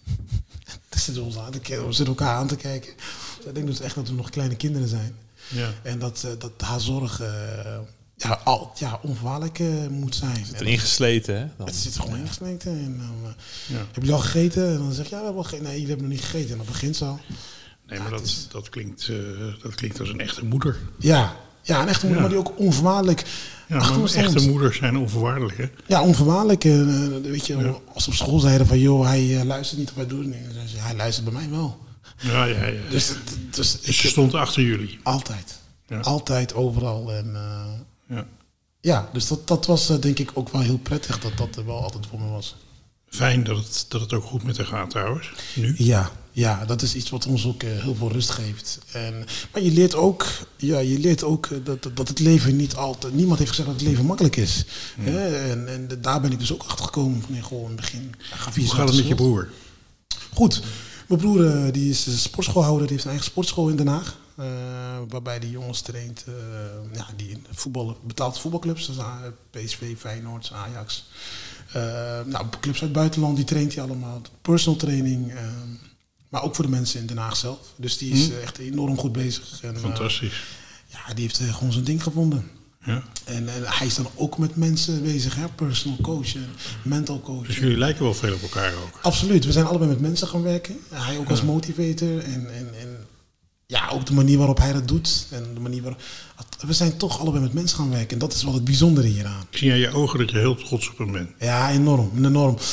dan zitten we ons aan te kijken, we zitten elkaar aan te kijken. Dus ik denk dus echt dat we nog kleine kinderen zijn. Ja. En dat, uh, dat haar zorg uh, ja, al, ja, onvoorwaardelijk uh, moet zijn. Het zit erin gesleten, hè? Dan. Het zit gewoon ja. ingesleten. En dan uh, ja. heb jullie al gegeten? En dan zeg je, ja, we hebben al gegeten. Nee, jullie hebben nog niet gegeten. En dan begint ze al. Nee, maar ja, dat, is... dat, klinkt, uh, dat klinkt als een echte moeder. Ja, ja een echte moeder, ja. maar die ook onvoorwaardelijk... Ja, maar echte moeders zijn onvoorwaardelijk, hè? Ja, onvoorwaardelijk. Uh, weet je, ja. Als op school zeiden van, joh, hij uh, luistert niet of hij doet niet. Dan zei hij luistert bij mij wel. Ja, ja, ja. Dus, dus ik ze stond achter jullie? Altijd. Ja. Altijd, overal. En, uh, ja. ja, dus dat, dat was uh, denk ik ook wel heel prettig dat dat er wel altijd voor me was. Fijn dat het, dat het ook goed met haar gaat trouwens, nu. Ja, ja, dat is iets wat ons ook uh, heel veel rust geeft. En, maar je leert ook, ja, je leert ook uh, dat, dat het leven niet altijd... Niemand heeft gezegd dat het leven makkelijk is. Hmm. Hè? En, en daar ben ik dus ook achter gekomen. Nee, gewoon in het begin. Hoe gaat het met je broer? Goed. Mijn broer uh, die is sportschoolhouder, die heeft een eigen sportschool in Den Haag. Uh, waarbij die jongens traint, uh, ja, die in voetballen, betaald voetbalclubs. Dus uh, P S V, Feyenoord, Ajax. Uh, nou, clubs uit het buitenland, die traint hij allemaal. Personal training, uh, maar ook voor de mensen in Den Haag zelf. Dus die is uh, echt enorm goed bezig. En, fantastisch. Uh, ja, die heeft uh, gewoon zijn ding gevonden. Ja. En, en hij is dan ook met mensen bezig, hè? Personal coach en mental coach. Dus jullie lijken wel veel op elkaar ook? Absoluut, we zijn allebei met mensen gaan werken. Hij ook ja. als motivator en, en, en ja, ook de manier waarop hij dat doet. En de manier waarop... We zijn toch allebei met mensen gaan werken en dat is wel het bijzondere hieraan. Ik zie aan je ogen dat je heel trots op hem bent. Ja, enorm, enorm.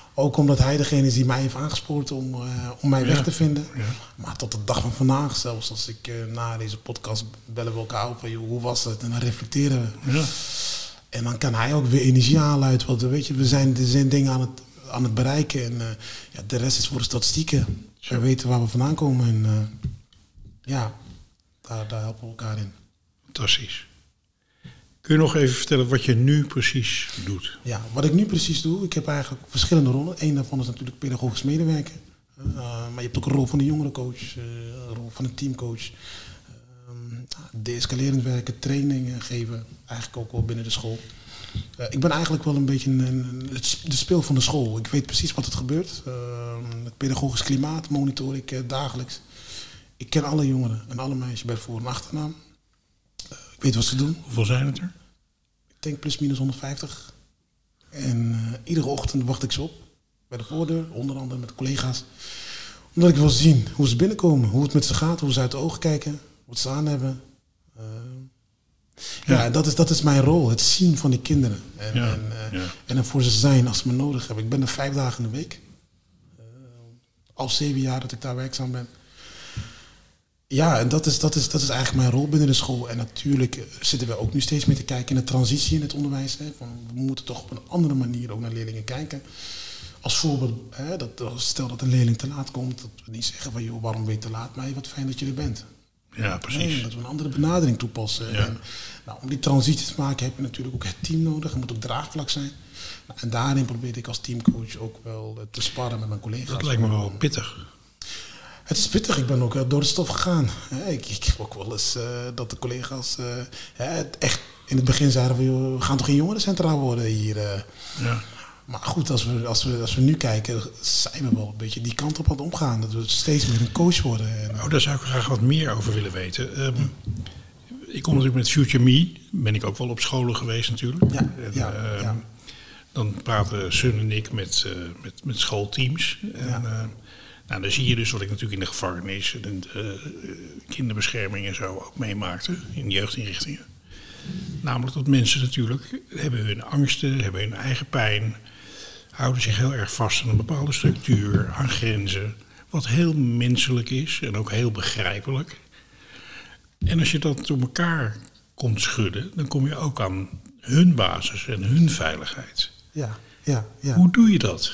Ook omdat hij degene is die mij heeft aangespoord om, uh, om mij Ja. weg te vinden. Ja. Maar tot de dag van vandaag, zelfs als ik uh, na deze podcast bellen we elkaar op. Van, joh, hoe was het? En dan reflecteren we. Ja. En dan kan hij ook weer energie aanluiten. Want weet je, we zijn, er zijn dingen aan het, aan het bereiken. En uh, ja, de rest is voor de statistieken. We weten waar we vandaan komen. En uh, ja, daar, daar helpen we elkaar in. Fantastisch. Kun je nog even vertellen wat je nu precies doet? Ja, wat ik nu precies doe, ik heb eigenlijk verschillende rollen. Eén daarvan is natuurlijk pedagogisch medewerker. Uh, maar je hebt ook een rol van de jongerencoach, uh, een rol van een teamcoach. Uh, de-escalerend werken, trainingen geven, eigenlijk ook wel binnen de school. Uh, ik ben eigenlijk wel een beetje een, een, de speel van de school. Ik weet precies wat er gebeurt. Uh, het pedagogisch klimaat monitor ik uh, dagelijks. Ik ken alle jongeren en alle meisjes bij voor- en achternaam. Uh, ik weet wat ze doen. Hoeveel zijn het er? Ik denk plus minus honderdvijftig. En uh, iedere ochtend wacht ik ze op. Bij de voordeur, onder andere met collega's. Omdat ik wil zien hoe ze binnenkomen. Hoe het met ze gaat, hoe ze uit de ogen kijken. Wat ze aan hebben. Uh, ja, Ja. en dat is, dat is mijn rol. Het zien van die kinderen. En, Ja, en, uh, ja. en er voor ze zijn als ze me nodig hebben. Ik ben er vijf dagen in de week. Uh, al zeven jaar dat ik daar werkzaam ben. Ja, en dat is, dat, is, dat is eigenlijk mijn rol binnen de school. En natuurlijk uh, zitten we ook nu steeds meer te kijken in de transitie in het onderwijs. Hè, van, we moeten toch op een andere manier ook naar leerlingen kijken. Als voorbeeld, hè, dat, stel dat een leerling te laat komt, dat we niet zeggen van joh, waarom ben je te laat? Maar hey, wat fijn dat je er bent. Ja, precies. Nee, dat we een andere benadering toepassen. Ja. En, nou, om die transitie te maken heb je natuurlijk ook het team nodig. Er moet ook draagvlak zijn. Nou, en daarin probeer ik als teamcoach ook wel uh, te sparren met mijn collega's. Dat lijkt me wel pittig. Het is pittig, ik ben ook uh, door de stof gegaan. Hè, ik, ik heb ook wel eens uh, dat de collega's uh, hè, het echt in het begin zeiden van joh, we gaan toch geen jongerencentraal worden hier. Uh. Ja. Maar goed, als we, als, we, als we nu kijken, zijn we wel een beetje die kant op aan het omgaan. Dat we steeds meer een coach worden. En, Oh, daar zou ik graag wat meer over willen weten. Um, ik kom natuurlijk met Future Me. Ben ik ook wel op scholen geweest natuurlijk. Ja, En, ja, um, ja. Dan praten Sun en ik met, uh, met, met schoolteams. En, Ja. uh, nou, dan zie je dus wat ik natuurlijk in de gevangenis en de uh, kinderbescherming en zo ook meemaakte. In jeugdinrichtingen. Namelijk dat mensen natuurlijk hebben hun angsten, hebben hun eigen pijn. Houden zich heel erg vast aan een bepaalde structuur, aan grenzen. Wat heel menselijk is en ook heel begrijpelijk. En als je dat door elkaar komt schudden, dan kom je ook aan hun basis en hun veiligheid. ja, ja, ja. Hoe doe je dat?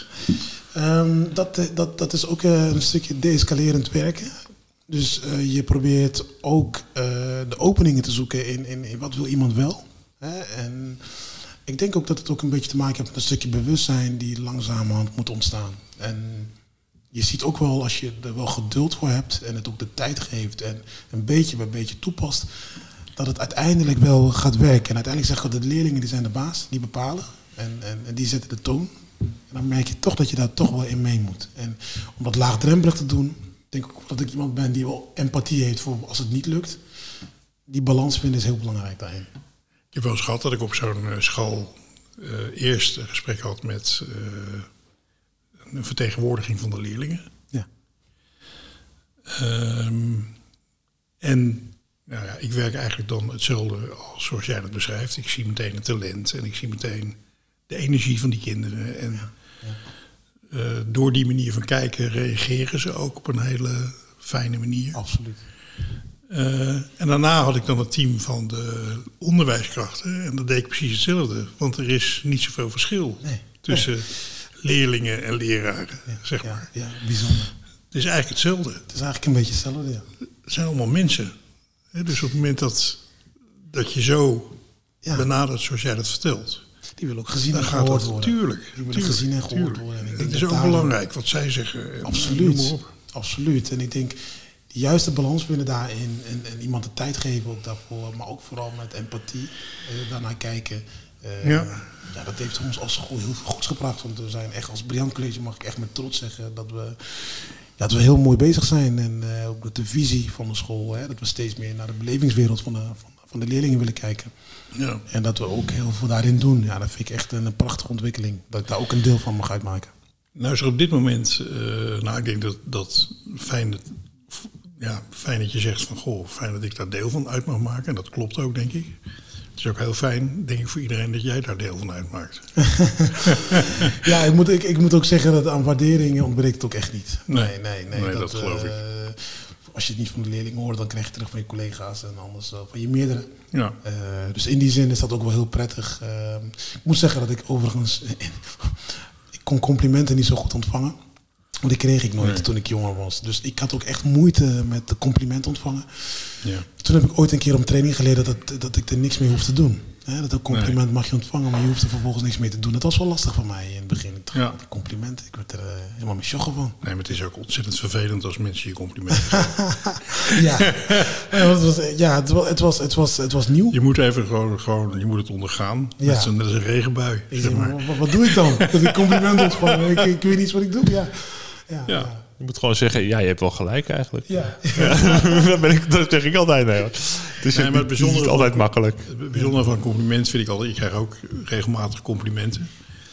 Um, dat, dat, dat is ook uh, een stukje de-escalerend werken. Dus uh, je probeert ook uh, de openingen te zoeken in, in, in wat wil iemand wel. Hè? En ik denk ook dat het ook een beetje te maken heeft met een stukje bewustzijn die langzamerhand moet ontstaan. En je ziet ook wel, als je er wel geduld voor hebt en het ook de tijd geeft en een beetje bij beetje toepast, dat het uiteindelijk wel gaat werken. En uiteindelijk zeggen we dat de leerlingen die zijn de baas, die bepalen en, en, en die zetten de toon. En dan merk je toch dat je daar toch wel in mee moet. En om dat laagdrempelig te doen, denk ik ook dat ik iemand ben die wel empathie heeft voor als het niet lukt. Die balans vinden is heel belangrijk daarin. Ik heb wel eens gehad dat ik op zo'n uh, school uh, eerst een gesprek had met uh, een vertegenwoordiging van de leerlingen. Ja. Um, en nou ja, ik werk eigenlijk dan hetzelfde als zoals jij dat beschrijft. Ik zie meteen het talent en ik zie meteen de energie van die kinderen. En Ja, ja. Uh, door die manier van kijken reageren ze ook op een hele fijne manier. Absoluut. Uh, en daarna had ik dan het team van de onderwijskrachten. En dat deed ik precies hetzelfde. Want er is niet zoveel verschil Nee, tussen nee. leerlingen en leraren, Ja, zeg ja, maar. ja, bijzonder. Het is eigenlijk hetzelfde. Het is eigenlijk een beetje hetzelfde, ja. Het zijn allemaal mensen. Hè, dus op het moment dat, dat je zo Ja. benadert zoals jij dat vertelt, Die willen ook gezien dan en gaat gehoord dat worden. natuurlijk. Die willen tuurlijk, gezien en gehoord tuurlijk. worden. En ik Het denk is dat ook daar- belangrijk wat zij zeggen. en noem maar Absoluut. op. Absoluut. En ik denk, de juiste balans vinden daarin. En, en iemand de tijd geven ook daarvoor. Maar ook vooral met empathie eh, daarnaar kijken. Eh, Ja. ja, dat heeft ons als school heel veel goeds gebracht. Want we zijn echt als Briand College, mag ik echt met trots zeggen, dat we, ja, dat we heel mooi bezig zijn. En uh, ook met de visie van de school. Hè, dat we steeds meer naar de belevingswereld van de, van, van de leerlingen willen kijken. Ja. En dat we ook heel veel daarin doen. Ja, dat vind ik echt een, een prachtige ontwikkeling. Dat ik daar ook een deel van mag uitmaken. Nou is er op dit moment, uh, nou ik denk dat dat fijn, dat, ja, fijn dat je zegt van goh, fijn dat ik daar deel van uit mag maken. En dat klopt ook, denk ik. Het is ook heel fijn, denk ik, voor iedereen dat jij daar deel van uitmaakt. Ja, ik moet, ik, ik moet ook zeggen dat aan waardering ontbreekt het ook echt niet. Nee, nee, nee, nee, nee, dat, dat geloof uh, ik. Als je het niet van de leerlingen hoort, dan krijg je het terug van je collega's en anders uh, van je meerdere. Ja. Uh, dus in die zin is dat ook wel heel prettig. Uh, ik moet zeggen dat ik overigens... ik kon complimenten niet zo goed ontvangen. Want die kreeg ik nooit nee. toen ik jonger was. Dus ik had ook echt moeite met de complimenten ontvangen. Ja. Toen heb ik ooit een keer op training geleerd dat, dat ik er niks mee hoef te doen. He, dat een compliment nee. mag je ontvangen, maar je hoeft er vervolgens niks mee te doen. Dat was wel lastig voor mij in het begin. Ja. Die complimenten, ik werd er uh, helemaal mee sjoggen van. Nee, maar het is ook ontzettend vervelend als mensen je complimenten geven. Ja, het was, ja het, was, het, was, het, was, het was nieuw. Je moet even gewoon, gewoon je moet het ondergaan. Ja. Net, als een regenbui. Ik zeg maar. maar, wat, wat doe ik dan? Dat ik complimenten ontvang. Ik, ik weet niet wat ik doe. Ja. Ja, ja. ja. Je moet gewoon zeggen, ja, je hebt wel gelijk eigenlijk. Ja. Ja. dat, ben ik, dat zeg ik altijd. Nee, dus nee, maar het bijzondere is altijd van, makkelijk. Het bijzondere van een compliment vind ik altijd, ik krijg ook regelmatig complimenten.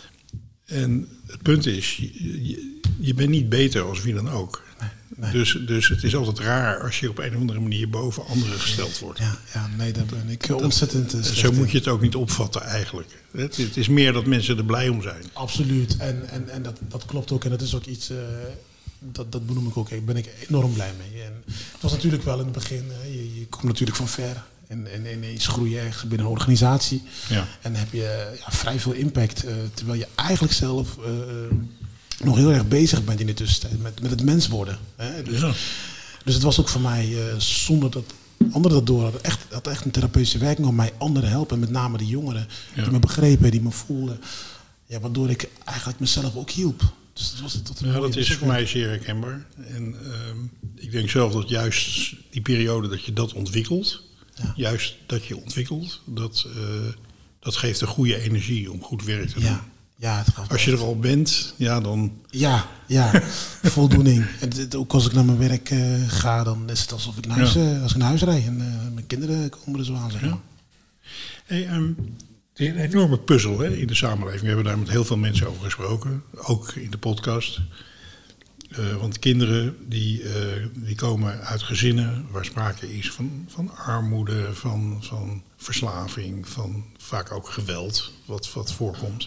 En het punt is, je, je, je bent niet beter als wie dan ook. Nee, nee. Dus, dus het is altijd raar als je op een of andere manier boven anderen gesteld wordt. Ja, ja nee, daar ben ik dat, ontzettend uh, Zo moet je het ook niet opvatten eigenlijk. Het, het is meer dat mensen er blij om zijn. Absoluut. En, en, en dat, dat klopt ook. En dat is ook iets, uh, dat, dat benoem ik ook. Daar ben ik enorm blij mee. En het was natuurlijk wel in het begin, uh, je, je komt natuurlijk van ver. En, en ineens groei je ergens binnen een organisatie. Ja. En heb je ja, vrij veel impact. Uh, terwijl je eigenlijk zelf... Uh, nog heel erg bezig bent in de tussentijd met, met het mens worden. Hè? Dus, ja. dus het was ook voor mij, uh, zonder dat anderen dat door hadden, echt, had echt een therapeutische werking om mij anderen helpen. Met name de jongeren ja. die me begrepen, die me voelden. Ja, waardoor ik eigenlijk mezelf ook hielp. Dus dat, was, dat, ja, dat is voor mij zeer herkenbaar. En uh, ik denk zelf dat juist die periode dat je dat ontwikkelt, ja. juist dat je ontwikkelt, dat, uh, dat geeft een goede energie om goed werk te doen. Ja. Ja, het gaat als je er al bent, ja dan... Ja, ja, voldoening. En het, ook als ik naar mijn werk uh, ga, dan is het alsof ik naar huis, ja. uh, als ik naar huis rijd. En uh, mijn kinderen komen er zo aan, zeg maar. Ja. Hey, um, het is een enorme puzzel hè, in de samenleving. We hebben daar met heel veel mensen over gesproken. Ook in de podcast. Uh, want kinderen die, uh, die komen uit gezinnen waar sprake is van, van armoede, van, van verslaving, van vaak ook geweld wat, wat voorkomt.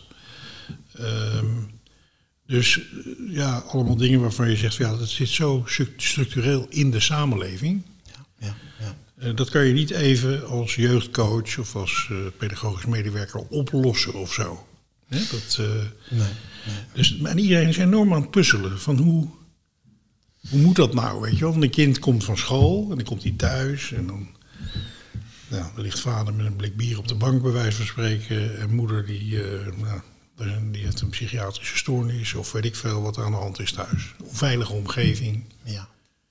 Um, dus ja, allemaal dingen waarvan je zegt, ja, dat zit zo structureel in de samenleving. Ja, ja, ja. Uh, dat kan je niet even als jeugdcoach of als uh, pedagogisch medewerker oplossen of zo. Hè? Dat, uh, nee, nee. Dus, en iedereen is enorm aan het puzzelen van hoe, hoe moet dat nou, weet je wel? Want een kind komt van school en dan komt hij thuis en dan, nou, dan ligt vader met een blik bier op de bank bij wijze van spreken en moeder die, uh, nou, die heeft een psychiatrische stoornis of weet ik veel wat er aan de hand is thuis. Onveilige omgeving. Ja.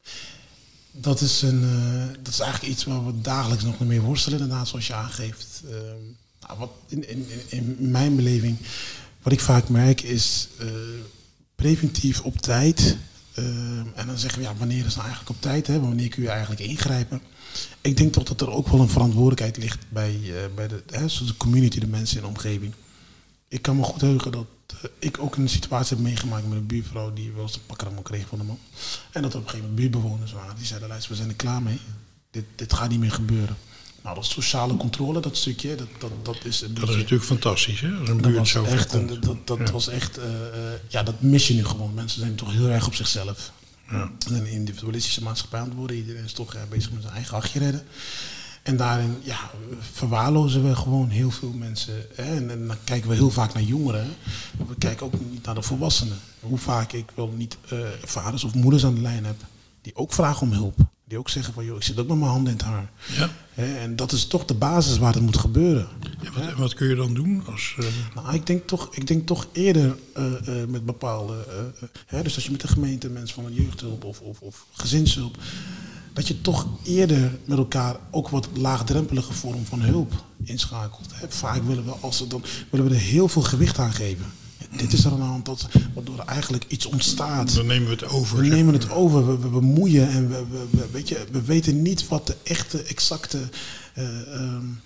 Dat is, een, uh, dat is eigenlijk iets waar we dagelijks nog mee worstelen, inderdaad, zoals je aangeeft. Uh, nou, wat in, in, in mijn beleving, wat ik vaak merk, is uh, preventief op tijd. Uh, en dan zeggen we, ja, wanneer is nou eigenlijk op tijd? Hè? Wanneer kun je eigenlijk ingrijpen? Ik denk toch dat er ook wel een verantwoordelijkheid ligt bij, uh, bij de, hè, de community, de mensen in de omgeving. Ik kan me goed heugen dat uh, ik ook een situatie heb meegemaakt met een buurvrouw die wel eens een pakker aan me kreeg van de man. En dat er op een gegeven moment buurtbewoners waren. Die zeiden, luister, we zijn er klaar mee. Dit, dit gaat niet meer gebeuren. Nou, dat sociale controle, dat stukje, dat, dat, dat is een Dat beetje, is natuurlijk fantastisch, hè? Als een dat buurt was zo echt, komt. een, dat, dat ja. was echt, uh, uh, ja, dat mis je nu gewoon. Mensen zijn toch heel erg op zichzelf. Ja. Een individualistische maatschappij aan het worden. Iedereen is toch uh, bezig met zijn eigen hachje redden. En daarin ja, verwaarlozen we gewoon heel veel mensen. Hè? En, en dan kijken we heel vaak naar jongeren. Maar we kijken ook niet naar de volwassenen. Hoe vaak ik wel niet uh, vaders of moeders aan de lijn heb die ook vragen om hulp. Die ook zeggen van, joh, ik zit ook met mijn handen in het haar. Ja. Hè? En dat is toch de basis waar het moet gebeuren. Ja, wat, wat kun je dan doen? Als, uh... Nou, ik denk toch, ik denk toch eerder uh, uh, met bepaalde... Uh, uh, hè? Dus als je met de gemeente, mensen van de jeugdhulp of, of, of gezinshulp... dat je toch eerder met elkaar ook wat laagdrempelige vorm van hulp inschakelt. Hè? Vaak willen we, als we, dan, willen we er heel veel gewicht aan geven. Dit is er aan de hand, dat, waardoor er eigenlijk iets ontstaat. Dan nemen we het over. We nemen het over, we, we bemoeien en we, we, we, weet je, we weten niet wat de echte, exacte uh, um,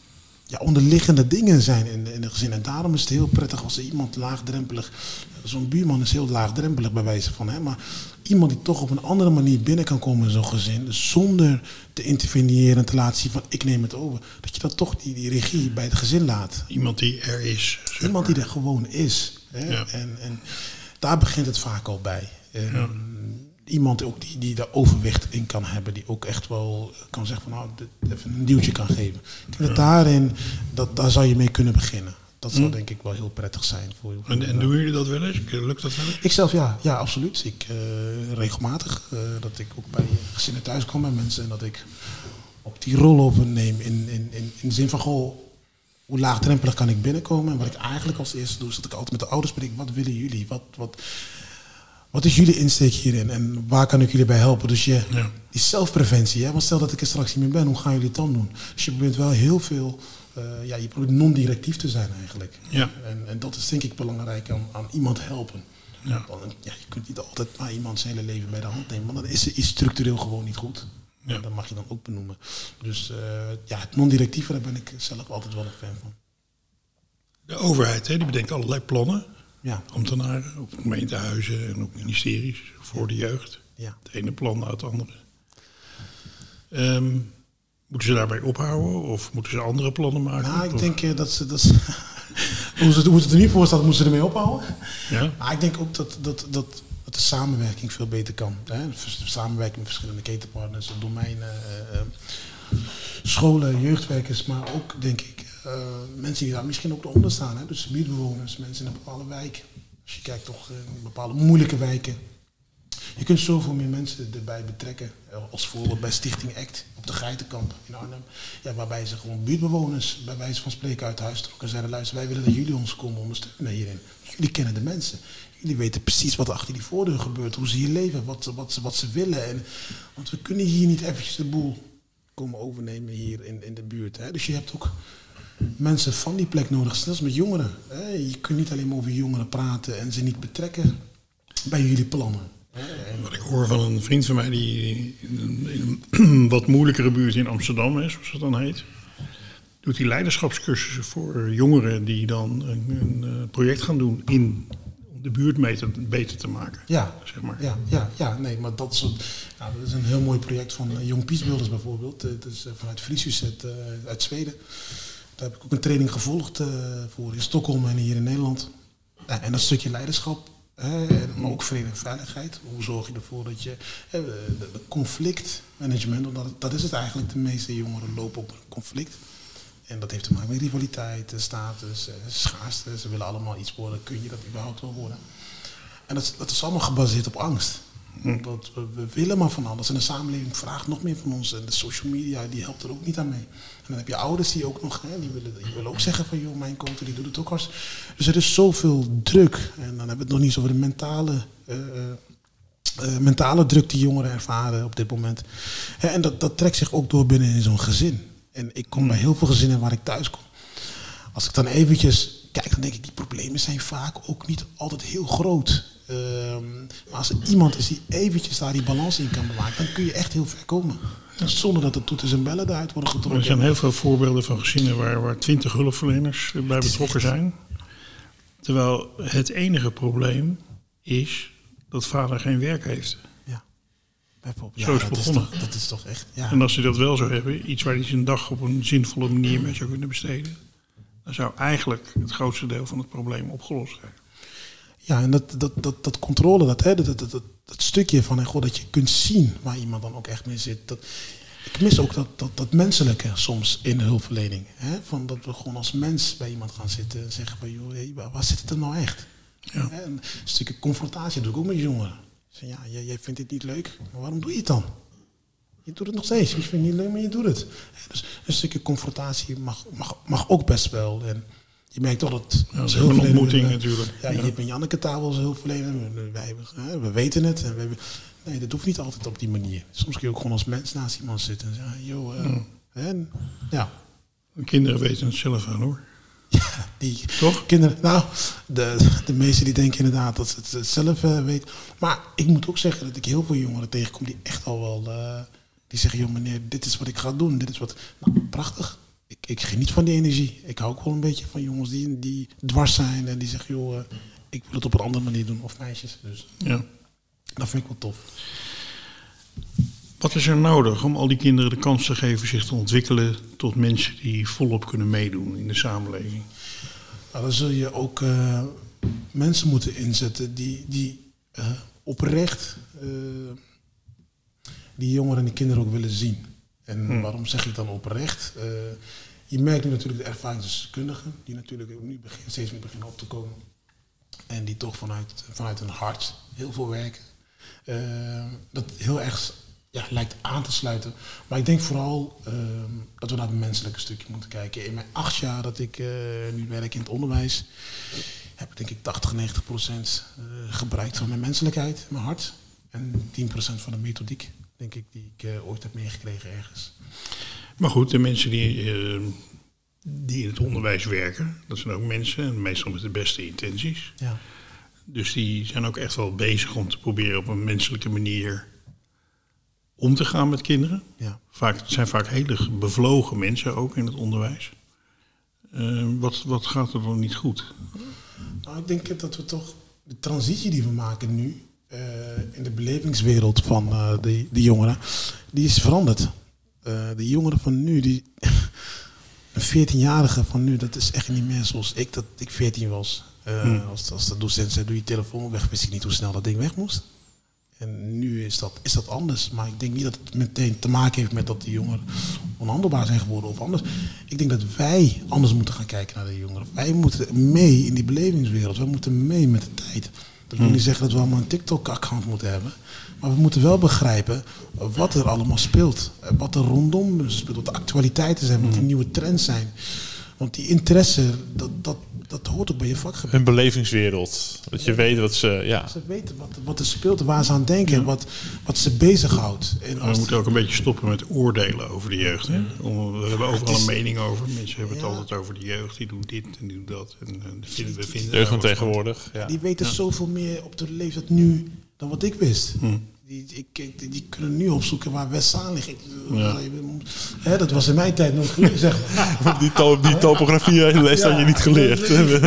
ja, onderliggende dingen zijn in, in het gezin. En daarom is het heel prettig als er iemand laagdrempelig... Zo'n buurman is heel laagdrempelig bij wijze van. Hè, maar iemand die toch op een andere manier binnen kan komen in zo'n gezin... Dus zonder te interveneren en te laten zien van ik neem het over... dat je dat toch die, die regie bij het gezin laat. Iemand die er is. Zeg iemand maar. die er gewoon is. Hè, Ja. en, en daar begint het vaak al bij. En, Ja. Iemand ook die, die daar overwicht in kan hebben. Die ook echt wel kan zeggen van nou, dit, even een duwtje kan geven. Ik denk dat daarin, dat, daar zou je mee kunnen beginnen. Dat zou Hm. denk ik wel heel prettig zijn voor heel veel En, en doen jullie dat wel eens? Lukt dat wel eens? Ik zelf ja, ja absoluut. Ik uh, regelmatig uh, dat ik ook bij gezinnen thuis kom bij mensen en dat ik ook die rol op neem in, in, in, in de zin van goh, hoe laagdrempelig kan ik binnenkomen? En wat ik eigenlijk als eerste doe, is dat ik altijd met de ouders spreek. Wat willen jullie? Wat, wat, wat is jullie insteek hierin? En waar kan ik jullie bij helpen? Dus je, Ja. die zelfpreventie, hè? Want stel dat ik er straks niet meer ben, hoe gaan jullie het dan doen? Dus je probeert wel heel veel, uh, ja, je probeert non-directief te zijn eigenlijk. Ja. En, en dat is denk ik belangrijk aan, aan iemand helpen. Ja. Dan, ja, je kunt niet altijd maar iemand zijn hele leven bij de hand nemen, want dan is er iets structureel gewoon niet goed. Ja. En dat mag je dan ook benoemen. Dus uh, ja, het non-directieve, daar ben ik zelf altijd wel een fan van. De overheid, hè, die bedenkt allerlei plannen. Ja, Ambtenaren, op gemeentehuizen en op ministeries voor de jeugd. ja. Het ene plan uit het andere. Um, moeten ze daarbij ophouden of moeten ze andere plannen maken? Nou, ik Of- denk uh, dat ze... Dat ze hoe, ze, hoe het er nu voor staat, moeten ze ermee ophouden. Ja? Maar ik denk ook dat, dat, dat, dat de samenwerking veel beter kan. Hè? Samenwerking met verschillende ketenpartners, domeinen, uh, scholen, jeugdwerkers, maar ook, denk ik, uh, mensen die daar misschien ook eronder staan. Hè? Dus buurtbewoners, mensen in een bepaalde wijk. Als je kijkt toch uh, in bepaalde moeilijke wijken. Je kunt zoveel meer mensen erbij betrekken. Als voorbeeld bij Stichting ACT op de Geitenkamp in Arnhem. Ja, waarbij ze gewoon buurtbewoners bij wijze van spreken uit huis trokken. En zeiden, luister, wij willen dat jullie ons komen ondersteunen hierin. Jullie kennen de mensen. Jullie weten precies wat er achter die voordeur gebeurt. Hoe ze hier leven, wat, wat, ze, wat ze willen. En, want we kunnen hier niet eventjes de boel komen overnemen hier in, in de buurt. Hè. Dus je hebt ook mensen van die plek nodig. Zelfs met jongeren. Hè. Je kunt niet alleen maar over jongeren praten en ze niet betrekken bij jullie plannen. Wat ik hoor van een vriend van mij die in een, in een wat moeilijkere buurt in Amsterdam is, zoals het dan heet, doet hij leiderschapscursussen voor jongeren die dan een, een project gaan doen in, om de buurt beter, beter te maken. Ja, zeg maar. ja, ja, ja, nee, maar dat is, een, nou, dat is een heel mooi project van uh, Young Peace Builders bijvoorbeeld. Het is uh, vanuit Fryshuset uh, uit Zweden. Daar heb ik ook een training gevolgd uh, voor in Stockholm en hier in Nederland. Uh, en dat stukje leiderschap. Hè, maar ook vrede en veiligheid. Hoe zorg je ervoor dat je... Hè, de, de conflictmanagement, omdat het, dat is het eigenlijk. De meeste jongeren lopen op een conflict. En dat heeft te maken met rivaliteit, status, schaarste. Ze willen allemaal iets worden. Kun je dat überhaupt wel worden? En dat, dat is allemaal gebaseerd op angst. Omdat we, we willen maar van alles. En de samenleving vraagt nog meer van ons. En de social media, die helpt er ook niet aan mee. En dan heb je ouders die ook nog, hè, die, willen, die willen ook zeggen van, joh, mijn coach, die doet het ook hartstikke. Dus er is zoveel druk. En dan hebben we het nog niet over de mentale, uh, uh, mentale druk die jongeren ervaren op dit moment. Hè, en dat, dat trekt zich ook door binnen in zo'n gezin. En ik kom bij heel veel gezinnen waar ik thuis kom. Als ik dan eventjes kijk, dan denk ik, die problemen zijn vaak ook niet altijd heel groot. Um, maar als er iemand is die eventjes daar die balans in kan bewaken, dan kun je echt heel ver komen. Ja. Zonder dat de toeters en bellen eruit worden getrokken. Er zijn heel veel voorbeelden van gezinnen waar, waar twintig hulpverleners bij betrokken zijn. Terwijl het enige probleem is dat vader geen werk heeft. Ja, bijvoorbeeld. Zo Ja, is het dat begonnen. Is toch, dat is toch echt... Ja. En als hij dat wel zou hebben, iets waar hij zijn dag op een zinvolle manier mee zou kunnen besteden, dan zou eigenlijk het grootste deel van het probleem opgelost zijn. Ja, en dat, dat, dat, dat controle, dat, hè, dat, dat, dat, dat stukje van, goh, dat je kunt zien waar iemand dan ook echt mee zit. Dat, ik mis ook dat, dat, dat menselijke soms in de hulpverlening. Hè? Van dat we gewoon als mens bij iemand gaan zitten en zeggen van, joh, hey, waar, waar zit het er nou echt? Ja. Hè? Een stukje confrontatie doe ik ook met jongeren. Zeg, ja, jij, jij vindt dit niet leuk, maar waarom doe je het dan? Je doet het nog steeds. Je vindt het niet leuk, maar je doet het. Dus een stukje confrontatie mag, mag, mag ook best wel. En je merkt toch dat... Ja, dat is een ontmoeting uh, natuurlijk. Ja, je ja. hebt een Janneke tafel als hulpverlener. We, wij, we, we weten het. En we, nee, dat hoeft niet altijd op die manier. Soms kun je ook gewoon als mens naast iemand zitten en zeggen, joh, uh, ja. En, ja. Kinderen weten het zelf wel, hoor. Ja, die toch? Kinderen, nou, de, de meesten die denken inderdaad dat ze het zelf uh, weten. Maar ik moet ook zeggen dat ik heel veel jongeren tegenkom die echt al wel... Uh, die zeggen, joh meneer, dit is wat ik ga doen. Dit is wat... Nou, prachtig. ik, ik geniet van die energie. Ik hou ook wel een beetje van jongens die, die dwars zijn en die zeggen, joh, uh, ik wil het op een andere manier doen. Of meisjes. Dus Ja. dat vind ik wel tof. Wat is er nodig om al die kinderen de kans te geven zich te ontwikkelen tot mensen die volop kunnen meedoen in de samenleving? Nou, dan zul je ook uh, mensen moeten inzetten die, die uh, oprecht uh, die jongeren en die kinderen ook willen zien. En hmm. waarom zeg ik dan oprecht? Uh, je merkt nu natuurlijk de ervaringsdeskundigen die natuurlijk nu begin, steeds meer beginnen op te komen. En die toch vanuit, vanuit hun hart heel veel werken. Uh, dat heel erg ja, lijkt aan te sluiten. Maar ik denk vooral uh, dat we naar het menselijke stukje moeten kijken. In mijn acht jaar dat ik uh, nu werk in het onderwijs, heb ik denk ik tachtig, negentig procent uh, gebruikt van mijn menselijkheid, mijn hart. En tien procent van de methodiek, denk ik, die ik uh, ooit heb meegekregen ergens. Maar goed, de mensen die, uh, die in het onderwijs werken, dat zijn ook mensen, en meestal met de beste intenties. Ja. Dus die zijn ook echt wel bezig om te proberen op een menselijke manier om te gaan met kinderen. Ja. Vaak, het zijn vaak hele bevlogen mensen ook in het onderwijs. Uh, wat, wat gaat er dan niet goed? Nou, ik denk dat we toch de transitie die we maken nu uh, in de belevingswereld van uh, de, de jongeren, die is veranderd. Uh, de jongeren van nu, die een veertienjarige van nu, dat is echt niet meer zoals ik dat ik veertien was. Uh, hmm. als, als de docent zei, doe je telefoon weg, wist ik niet hoe snel dat ding weg moest. En nu is dat, is dat anders. Maar ik denk niet dat het meteen te maken heeft met dat die jongeren onhandelbaar zijn geworden of anders. Ik denk dat wij anders moeten gaan kijken naar de jongeren. Wij moeten mee in die belevingswereld. Wij moeten mee met de tijd. Dat wil niet zeggen dat we allemaal een TikTok-account moeten hebben. Maar we moeten wel begrijpen wat er allemaal speelt. Wat er rondom speelt. Wat de actualiteiten zijn. Wat die nieuwe trends zijn. Want die interesse, dat, dat, dat hoort ook bij je vakgebied. Hun belevingswereld. Dat je ja. weet wat ze... Ja. Ze weten wat, wat er speelt, waar ze aan denken. Ja. Wat, wat ze bezighoudt. En we moeten ook een beetje stoppen met oordelen over de jeugd. Hè? We hebben overal een mening over. Mensen hebben het ja. altijd over de jeugd. Die doen dit en die doen dat. En, en vinden, we vinden jeugd van tegenwoordig. Ja. Die weten ja. zoveel meer op de leeftijd nu dan wat ik wist. Hm. Die, die, die, die kunnen nu opzoeken waar West-Zaan ligt. Ja. Hè, dat was in mijn tijd nog geleerd, zeg maar. Die, to, die topografie les had ja, je niet geleerd.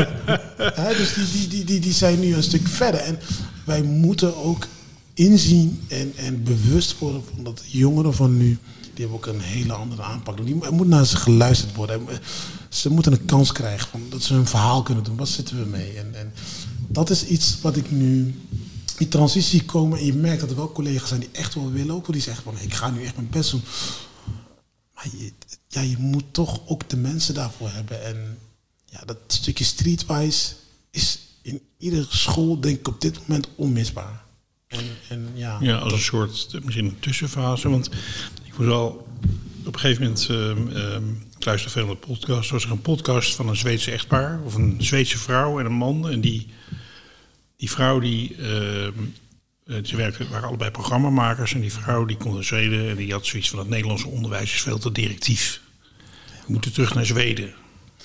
Hè, dus die, die, die, die, die zijn nu een stuk verder. En wij moeten ook inzien en, en bewust worden van dat jongeren van nu, die hebben ook een hele andere aanpak. Die, er moet naar ze geluisterd worden. Ze moeten een kans krijgen van, dat ze hun verhaal kunnen doen. Wat zitten we mee? En, en dat is iets wat ik nu... Die transitie komen en je merkt dat er wel collega's zijn die echt wel willen. Ook wel die zeggen van ik ga nu echt mijn best doen. Maar je, ja, je moet toch ook de mensen daarvoor hebben. En ja, dat stukje streetwise is in iedere school denk ik op dit moment onmisbaar. En, en ja, ja, als dat... een soort, misschien een tussenfase. Want ik was al op een gegeven moment, uh, uh, ik luister veel naar podcasts. Was er een podcast van een Zweedse echtpaar of een Zweedse vrouw en een man. En die... Die vrouw, die, uh, ze werkten, waren allebei programmamakers. En die vrouw die kon naar Zweden en die had zoiets van het Nederlandse onderwijs is veel te directief. We moeten terug naar Zweden.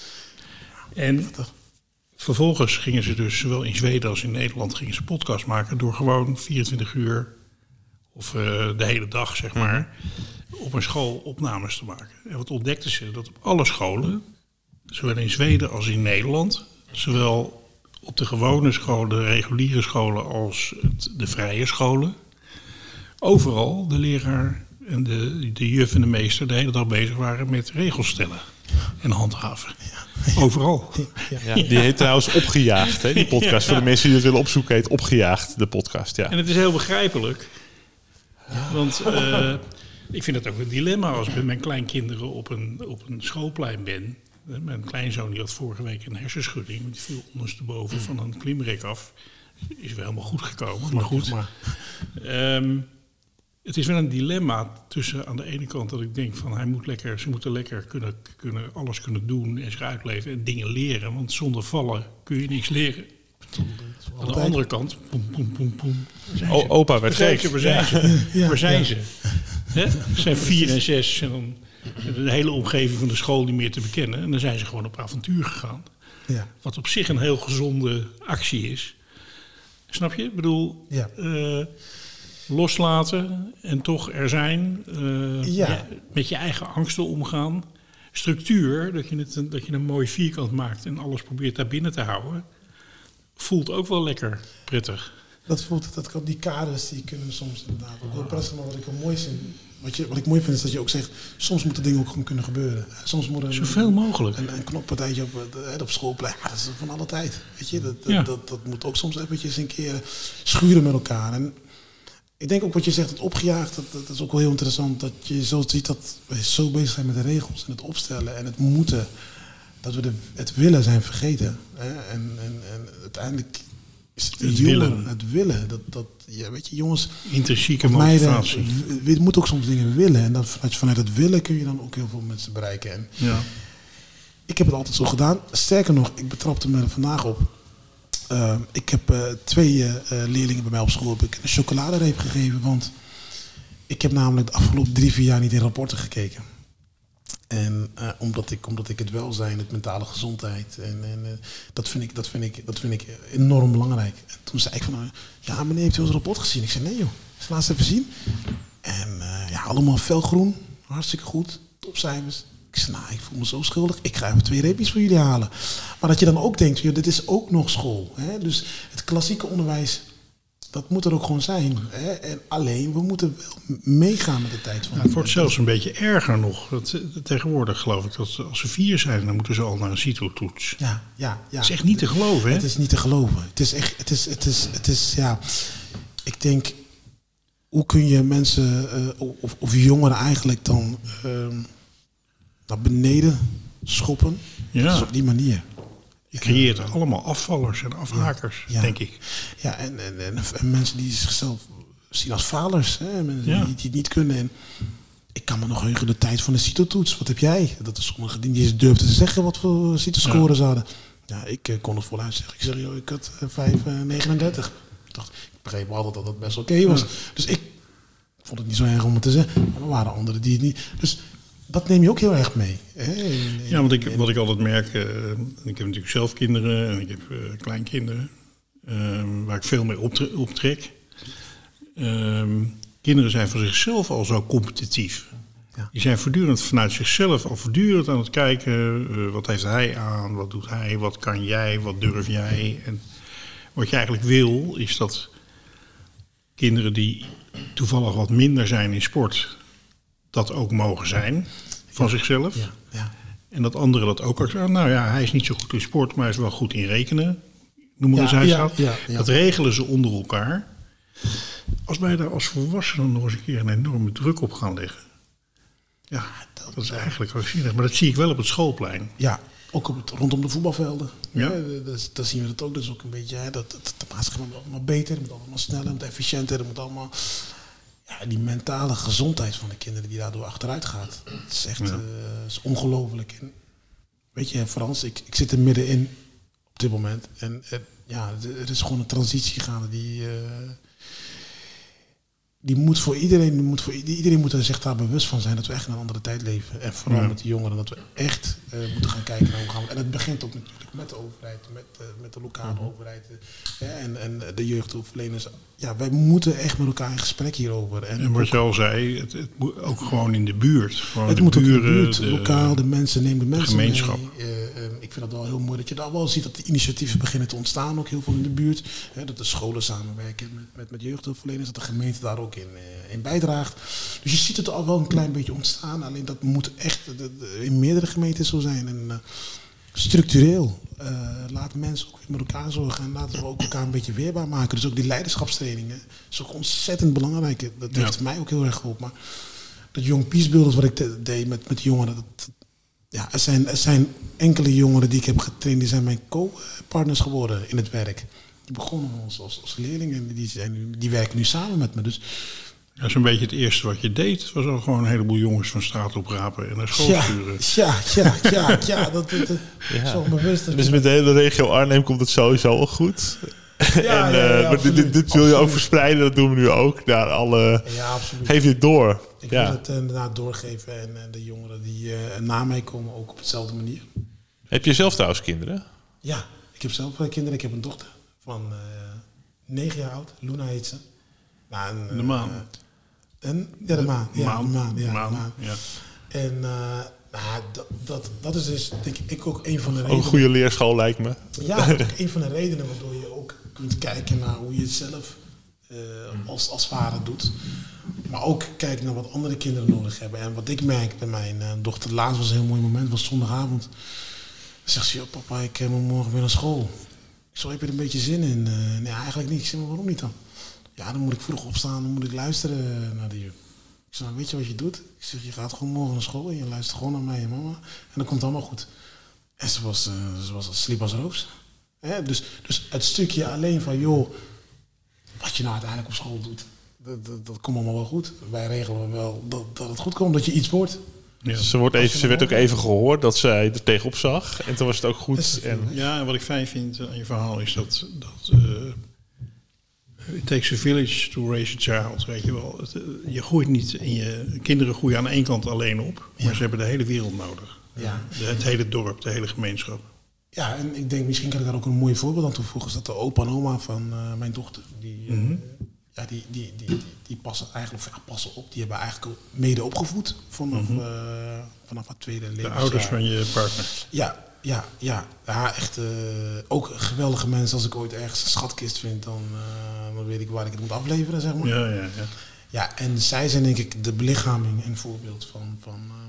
En vervolgens gingen ze dus zowel in Zweden als in Nederland gingen ze podcast maken door gewoon vierentwintig uur of uh, de hele dag, zeg maar, op een school opnames te maken. En wat ontdekten ze? Dat op alle scholen, zowel in Zweden als in Nederland, zowel op de gewone scholen, de reguliere scholen als het, de vrije scholen, overal de leraar en de, de juf en de meester de hele dag bezig waren met regels stellen en handhaven. Ja. Overal. Ja. Ja, die heet trouwens Opgejaagd, hè? Die podcast. Ja. Voor de mensen die het willen opzoeken heet Opgejaagd, de podcast. Ja. En het is heel begrijpelijk. Ja. Want uh, ik vind het ook een dilemma als ik met mijn kleinkinderen op een, op een schoolplein ben. Mijn kleinzoon die had vorige week een hersenschudding. Die viel ondersteboven van een klimrek af. Is wel helemaal goed gekomen, maar goed. Um, het is wel een dilemma tussen aan de ene kant dat ik denk van hij moet lekker, ze moeten lekker kunnen, kunnen alles kunnen doen en zich uitleven en dingen leren. Want zonder vallen kun je niks leren. Aan de andere kant, poem, poem, poem, poem. O, opa werd gek. Waar zijn ze? Ja, waar zijn ja. ze? Hè? Ze zijn vier en zes en dan de hele omgeving van de school niet meer te bekennen. En dan zijn ze gewoon op avontuur gegaan. Ja. Wat op zich een heel gezonde actie is. Snap je? Ik bedoel, ja. uh, loslaten en toch er zijn. Uh, ja. Ja, met je eigen angsten omgaan. structuur, dat je, het, dat je een mooi vierkant maakt en alles probeert daar binnen te houden, voelt ook wel lekker prettig. Dat voelt, dat kan, die kaders die kunnen soms inderdaad ook wel prettig, maar wat ik wel mooi vind, wat, je, wat ik mooi vind is dat je ook zegt, soms moeten dingen ook gewoon kunnen gebeuren. Soms moet er zoveel mogelijk. Een, een knoppartijtje op, op schoolplein, ja, dat is van alle tijd. Weet je, dat, Ja. dat, dat, dat moet ook soms eventjes een keer schuren met elkaar. En ik denk ook wat je zegt, het opgejaagd, dat, dat is ook wel heel interessant. Dat je zo ziet dat we zo bezig zijn met de regels en het opstellen en het moeten. Dat we de, het willen zijn vergeten. Hè? En, en, en uiteindelijk is het, Het jongeren, willen. het willen. Dat, dat, ja, weet je, jongens, Intrinsieke meiden, motivatie. w- je moet ook soms dingen willen. En dat, vanuit, vanuit het willen kun je dan ook heel veel mensen bereiken. En Ja. ik heb het altijd zo gedaan. Sterker nog, ik betrapte me er vandaag op. Uh, ik heb uh, twee uh, leerlingen bij mij op school heb ik een chocoladereep gegeven. Want ik heb namelijk de afgelopen drie, vier jaar niet in rapporten gekeken. En uh, omdat, ik, omdat ik het welzijn, het mentale gezondheid, en, en uh, dat, vind ik, dat, vind ik, dat vind ik enorm belangrijk. En toen zei ik van, uh, ja meneer, heeft u ons rapport gezien? Ik zei, nee joh, ik laat eens even zien. En uh, ja, allemaal felgroen, hartstikke goed, topcijfers. Ik zei, nou, ik voel me zo schuldig, ik ga even twee reepjes voor jullie halen. Maar dat je dan ook denkt, joh, dit is ook nog school. Hè? Dus het klassieke onderwijs, dat moet er ook gewoon zijn. Hè? En alleen, we moeten wel meegaan met de tijd van. Ja, het wordt zelfs een beetje erger nog. Dat, eh, tegenwoordig geloof ik dat als ze vier zijn, dan moeten ze al naar een CITO-toets. Ja, ja, ja. Dat is echt niet te geloven, hè? Het is niet te geloven. Het is echt, het is, het is, het is, ja. Ik denk, hoe kun je mensen, uh, of, of jongeren eigenlijk dan uh, naar beneden schoppen? Ja. Dat is op die manier. Je creëert allemaal afvallers en afhakers, Ja. denk ik. Ja, en, en, en, en mensen die zichzelf zien als falers. Hè? Mensen Ja. die, die het niet kunnen. En ik kan me nog heugen de tijd van de CITO-toets. Wat heb jij? Dat is sommigen die niet eens durfden te zeggen wat voor CITO-scores hadden. Ja, ik uh, kon het voluit zeggen. Ik zeg, joh, ik had uh, vijf komma negenendertig. Ik dacht, ik begreep altijd dat dat best oké was. Ja. Dus ik vond het niet zo erg om het te zeggen. Maar er waren anderen die het niet. Dus dat neem je ook heel erg mee. Hè? In, in, Ja, want ik, in- wat ik altijd merk, uh, ik heb natuurlijk zelf kinderen en ik heb uh, kleinkinderen, uh, waar ik veel mee optre- optrek. Um, kinderen zijn van zichzelf al zo competitief. Ja. Die zijn voortdurend vanuit zichzelf al voortdurend aan het kijken, uh, wat heeft hij aan, wat doet hij, wat kan jij, wat durf jij. En wat je eigenlijk wil, is dat kinderen die toevallig wat minder zijn in sport, dat ook mogen zijn van zichzelf. Ja, ja. En dat anderen dat ook accepteren. Nou ja, hij is niet zo goed in sport, maar hij is wel goed in rekenen. Noem maar Ja, eens uit. ja, staat. ja, ja. Dat regelen ze onder elkaar. Als wij daar als volwassenen nog eens een keer een enorme druk op gaan leggen. Ja, dat is eigenlijk waanzinnig. Maar dat zie ik wel op het schoolplein. Ja, ook op het, rondom de voetbalvelden. Ja. Ja. Dus, daar zien we dat ook. Dat is ook een beetje, hè, dat, dat, de maatschappij moet allemaal beter, het moet allemaal sneller, het moet efficiënter, het moet allemaal. Ja, die mentale gezondheid van de kinderen die daardoor achteruit gaat. Het is echt Ja. uh, is ongelooflijk. En weet je, Frans, ik, ik zit er middenin op dit moment. En uh, ja, er is gewoon een transitie gaande die. Uh, Die moet voor iedereen, die moet voor iedereen moet er zich daar bewust van zijn dat we echt in een andere tijd leven. En vooral Ja. met de jongeren, dat we echt uh, moeten gaan kijken naar hoe gaan we. En het begint ook natuurlijk met de overheid, met, uh, met de lokale Mhm. overheid uh, en, en de jeugdhulpverleners. Ja, wij moeten echt met elkaar in gesprek hierover. En, En wat je al zei, het, het moet ook gewoon in de buurt. Gewoon het de moet ook in de buren, buurt, de- lokaal, de mensen, neem de mensen gemeenschap. mee. Uh, uh, ik vind dat wel heel mooi dat je daar wel ziet dat de initiatieven beginnen te ontstaan, ook heel veel in de buurt. Hè, dat de scholen samenwerken met, met, met jeugdhulpverleners, dat de gemeente daar ook in, uh, in bijdraagt. Dus je ziet het al wel een klein beetje ontstaan, alleen dat moet echt de, de, in meerdere gemeenten zo zijn. En, uh, structureel. Uh, laat mensen ook weer met elkaar zorgen en laten we ook elkaar een beetje weerbaar maken. Dus ook die leiderschapstrainingen is ook ontzettend belangrijk. Dat Ja. heeft mij ook heel erg geholpen. Maar dat Young Peace Builders wat ik te- deed met, met jongeren. Dat, ja, er, zijn, er zijn enkele jongeren die ik heb getraind, die zijn mijn co-partners geworden in het werk. Die begonnen als, als, als leerlingen en die, zijn nu, die werken nu samen met me. Dus Dat is een beetje het eerste wat je deed. Het was al gewoon een heleboel jongens van straat oprapen en naar school ja, sturen. ja, ja, ja, ja, dat, dat, dat Ja. is wel bewust. Dus met de hele regio Arnhem komt het sowieso al goed. Ja, en, ja, ja, eh, maar dit, absoluut, dit, dit wil je ook absoluut. verspreiden, dat doen we nu ook. Naar alle... Ja, absoluut. Geef dit door. Ik Ja. wil het uh, inderdaad doorgeven en, en de jongeren die uh, na mij komen ook op dezelfde manier. Heb je zelf trouwens kinderen? Ja, ik heb zelf uh, kinderen. Ik heb een dochter van uh, negen jaar oud. Luna heet ze. Nou, en, uh, De maan. En, ja, de maan. Ja, Maan. de maan. Ja, Maan, de maan. ja. En uh, Nou, dat, dat, dat is dus denk ik ook een van de Ook redenen. een goede leerschool lijkt me. Ja, dat is ook een van de redenen waardoor je ook kunt kijken naar hoe je het zelf uh, als, als vader doet. Maar ook kijken naar wat andere kinderen nodig hebben. En wat ik merk bij mijn uh, dochter, laatst was een heel mooi moment, was zondagavond. Dan zegt ze, joh, papa, ik uh, moet morgen weer naar school. Ik zo, heb je er een beetje zin in? Uh, nee, eigenlijk niet. Ik zeg, maar waarom niet dan? Ja, dan moet ik vroeg opstaan, dan moet ik luisteren naar de juf. Ik zeg, weet je wat je doet? Ik zeg, je gaat gewoon morgen naar school en je luistert gewoon naar mij en mama. En dan komt het allemaal goed. En ze was, uh, ze was sliep als roos. Hè? Dus, dus het stukje alleen van, joh, wat je nou uiteindelijk op school doet, dat, dat, dat komt allemaal wel goed. Wij regelen wel dat, dat het goed komt, dat je iets wordt. Ja. Ze, wordt even, ze werd ook even gehoord dat zij er tegenop zag. En toen was het ook goed. En ja, en wat ik fijn vind aan je verhaal is dat... dat uh, it takes a village to raise a child, weet je wel. Het, uh, je groeit niet in je... Kinderen groeien aan de ene kant alleen op, maar ja. ze hebben de hele wereld nodig. Ja. De, het hele dorp, de hele gemeenschap. Ja, en ik denk, misschien kan ik daar ook een mooi voorbeeld aan toevoegen. Is dat de opa en oma van uh, mijn dochter. Die, uh, mm-hmm. ja, die, die, die, die, die passen eigenlijk, of ja, passen op. Die hebben eigenlijk mede opgevoed vanaf, mm-hmm. uh, vanaf het tweede levensjaar. De ouders van je partner. Ja, ja, ja. ja echt uh, ook geweldige mensen. Als ik ooit ergens een schatkist vind, dan, uh, dan weet ik waar ik het moet afleveren, zeg maar. Ja, ja, ja. Ja, en zij zijn denk ik de belichaming en voorbeeld van... van uh,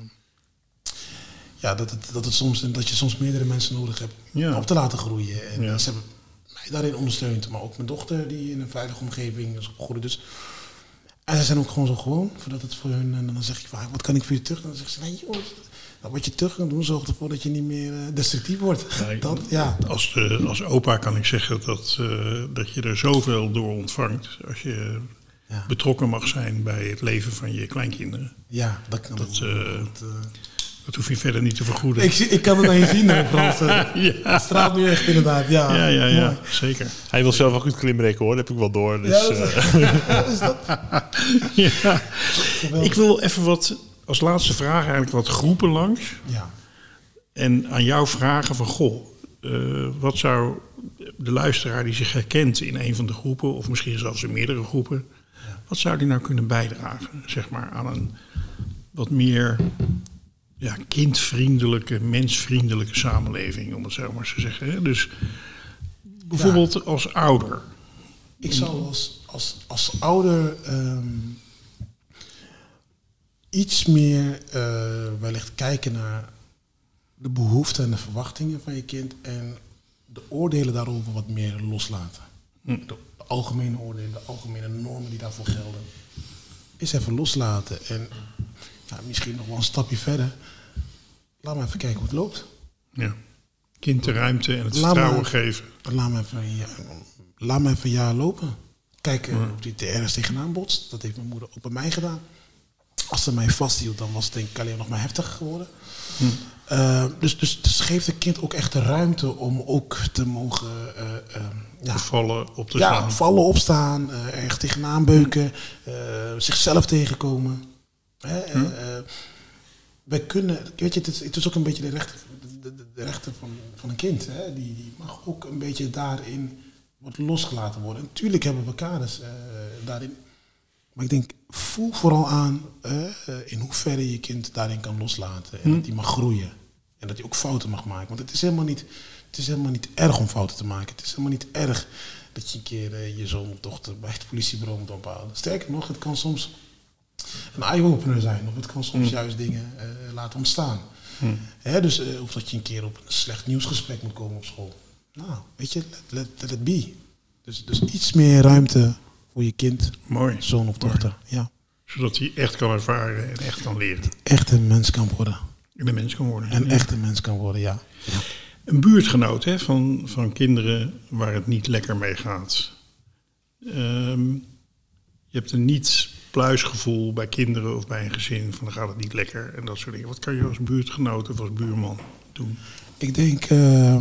ja, dat, het, dat, het soms, dat je soms meerdere mensen nodig hebt ja. om op te laten groeien. En ja. ze hebben mij daarin ondersteund. Maar ook mijn dochter die in een veilige omgeving is opgegroeid. Dus, en ze zijn ook gewoon zo gewoon. Voordat het voor hun, en dan zeg ik vaak, wat kan ik voor je terug? En dan zeggen ze, nee joh, nou, wat je terug kan doen, zorgt ervoor dat je niet meer uh, destructief wordt. Nee, dat, ja. als, de, als opa kan ik zeggen dat, uh, dat je er zoveel door ontvangt. Als je ja. betrokken mag zijn bij het leven van je kleinkinderen. Ja, dat kan. Dat, uh, dat, uh, Dat hoef je verder niet te vergoeden. Ik, ik kan het aan je zien, hè, Frans. ja. Het straalt nu echt inderdaad. Ja, ja, ja, ja zeker. Hij wil zelf ook goed klimrekken hoor, dat heb ik wel door. Dus, ja, dat is, uh. is dat? ja. Ik wil even wat, als laatste vraag eigenlijk wat groepen langs. Ja. En aan jou vragen van, goh, uh, wat zou de luisteraar die zich herkent in een van de groepen, of misschien zelfs in meerdere groepen, ja. wat zou die nou kunnen bijdragen, zeg maar, aan een wat meer... Ja, kindvriendelijke, mensvriendelijke samenleving, om het zo maar te zeggen. Hè? Dus bijvoorbeeld ja. als ouder. Ik zou als, als, als ouder um, iets meer uh, wellicht kijken naar de behoeften en de verwachtingen van je kind en de oordelen daarover wat meer loslaten. Hm. De algemene oordelen, de algemene normen die daarvoor gelden. Is even loslaten en nou, misschien nog wel een stapje verder. Laat me even kijken hoe het loopt. Ja. Kind de ruimte en het laat vertrouwen me, geven. Laat me even, ja, laat me even een jaar lopen. Kijken ja. of die er ergens tegenaan botst. Dat heeft mijn moeder ook bij mij gedaan. Als ze mij vasthield, dan was het denk ik alleen nog maar heftiger geworden. Hm. Uh, dus, dus, dus geeft het kind ook echt de ruimte om ook te mogen... Uh, uh, ja, te vallen, op te ja, staan. vallen, opstaan, uh, ergens tegenaan beuken. Uh, zichzelf tegenkomen. Hè, hm. uh, wij kunnen, weet je, het is, het is ook een beetje de rechten, de, de, de rechten van, van een kind. Hè? Die, die mag ook een beetje daarin wat losgelaten worden. En natuurlijk hebben we kaders uh, daarin. Maar ik denk, voel vooral aan uh, in hoeverre je kind daarin kan loslaten. En hm. dat hij mag groeien. En dat hij ook fouten mag maken. Want het is helemaal niet, het is helemaal niet erg om fouten te maken. Het is helemaal niet erg dat je een keer uh, je zoon of dochter bij het politiebureau moet ophalen. Sterker nog, het kan soms... een eye-opener zijn. Of het kan soms mm. juist dingen uh, laten ontstaan. Mm. Hè, dus, uh, of dat je een keer op een slecht nieuwsgesprek moet komen op school. Nou, weet je, let, let, let it be. Dus, dus iets meer ruimte voor je kind, Mooi. zoon of dochter. Mooi. Ja. Zodat hij echt kan ervaren en echt kan leren. Echt een mens kan worden. Een mens kan worden. En ja. echt een mens kan worden, ja. ja. Een buurtgenoot hè, van, van kinderen waar het niet lekker mee gaat. Um, je hebt een niet... pluisgevoel bij kinderen of bij een gezin van dan gaat het niet lekker en dat soort dingen. Wat kan je als buurtgenoot of als buurman doen? Ik denk uh,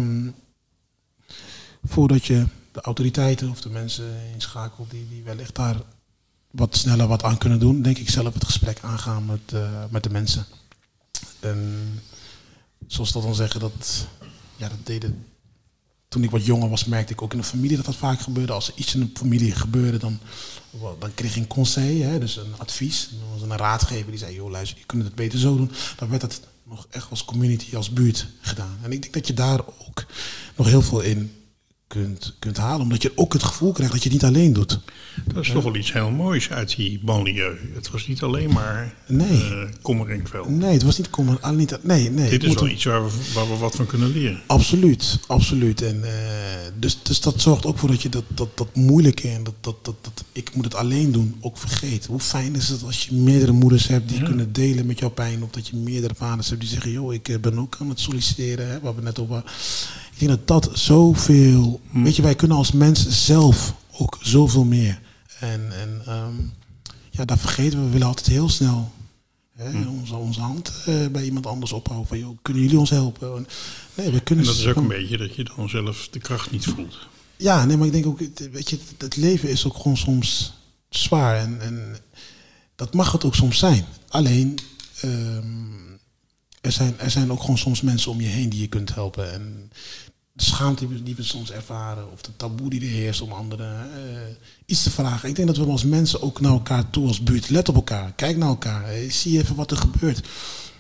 voordat je de autoriteiten of de mensen inschakelt die, die wellicht daar wat sneller wat aan kunnen doen, denk ik zelf het gesprek aangaan met, uh, met de mensen. En zoals dat dan zeggen, dat, ja, dat deden... Toen ik wat jonger was, merkte ik ook in de familie dat dat vaak gebeurde. Als er iets in de familie gebeurde, dan, dan kreeg je een conseil, hè, dus een advies. Dan was er een raadgever die zei, joh, luister, je kunt het beter zo doen. Dan werd dat nog echt als community, als buurt gedaan. En ik denk dat je daar ook nog heel veel in kunt, kunt halen. Omdat je ook het gevoel krijgt dat je het niet alleen doet. Dat is ja. toch wel iets heel moois uit die banlieue. Het was niet alleen maar nee. uh, kommer en kwel. Nee, het was niet kommer. Al niet, nee, nee. Dit is wel een... iets waar we, waar we wat van kunnen leren. Absoluut, absoluut. En, uh, dus, dus dat zorgt ook voor dat je dat, dat, dat moeilijke en dat, dat, dat, dat ik moet het alleen doen ook vergeet. Hoe fijn is het als je meerdere moeders hebt die ja. kunnen delen met jouw pijn. Of dat je meerdere vaders hebt die zeggen, joh, ik ben ook aan het solliciteren. Hè, waar we net over. Ik denk dat dat zoveel... Hmm. Weet je, wij kunnen als mensen zelf ook zoveel meer. En, en um, ja, daar vergeten we. We willen altijd heel snel hè, hmm. onze, onze hand uh, bij iemand anders ophouden. Van, joh, kunnen jullie ons helpen? Nee, we kunnen en dat is ook een beetje dat je dan zelf de kracht niet voelt. Ja, nee, maar ik denk ook, weet je, het leven is ook gewoon soms zwaar. En, en dat mag het ook soms zijn. Alleen... Um, Er zijn, er zijn ook gewoon soms mensen om je heen die je kunt helpen. En de schaamte die we, die we soms ervaren, of de taboe die er heerst om anderen uh, iets te vragen. Ik denk dat we als mensen ook naar elkaar toe als buurt, let op elkaar, kijk naar elkaar, hey, zie even wat er gebeurt.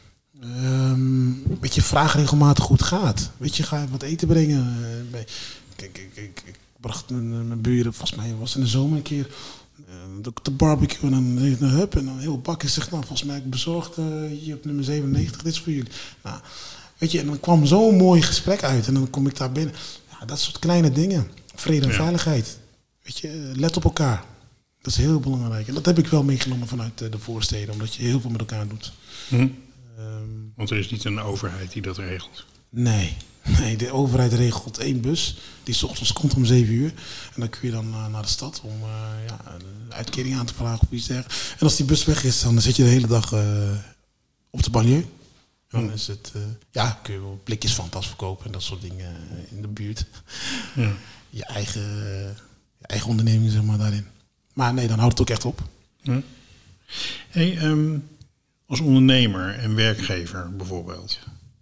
Um, weet je, vraag regelmatig hoe het gaat. Weet je, ga even wat eten brengen. Uh, kijk, ik, ik, ik bracht mijn, mijn buren, volgens mij was in de zomer een keer... Uh, de barbecue en dan een hup en dan heel bakken zegt, nou volgens mij heb ik bezorgd uh, hier op nummer zevenennegentig, dit is voor jullie. Nou, weet je, en dan kwam zo'n mooi gesprek uit en dan kom ik daar binnen. Ja, dat soort kleine dingen. Vrede en ja. veiligheid. Weet je, let op elkaar. Dat is heel belangrijk. En dat heb ik wel meegenomen vanuit uh, de voorsteden, omdat je heel veel met elkaar doet. Hm. Um, Want er is niet een overheid die dat regelt. Nee. Nee, de overheid regelt één bus. Die 's ochtends komt om zeven uur. En dan kun je dan uh, naar de stad om uh, ja, een uitkering aan te vragen of iets dergelijks. En als die bus weg is, dan zit je de hele dag uh, op de banlieue. Dan is het, uh, ja, kun je wel blikjes van tas verkopen en dat soort dingen uh, in de buurt. Ja. Je eigen, uh, je eigen onderneming, zeg maar, daarin. Maar nee, dan houdt het ook echt op. Ja. Hey, um, als ondernemer en werkgever bijvoorbeeld...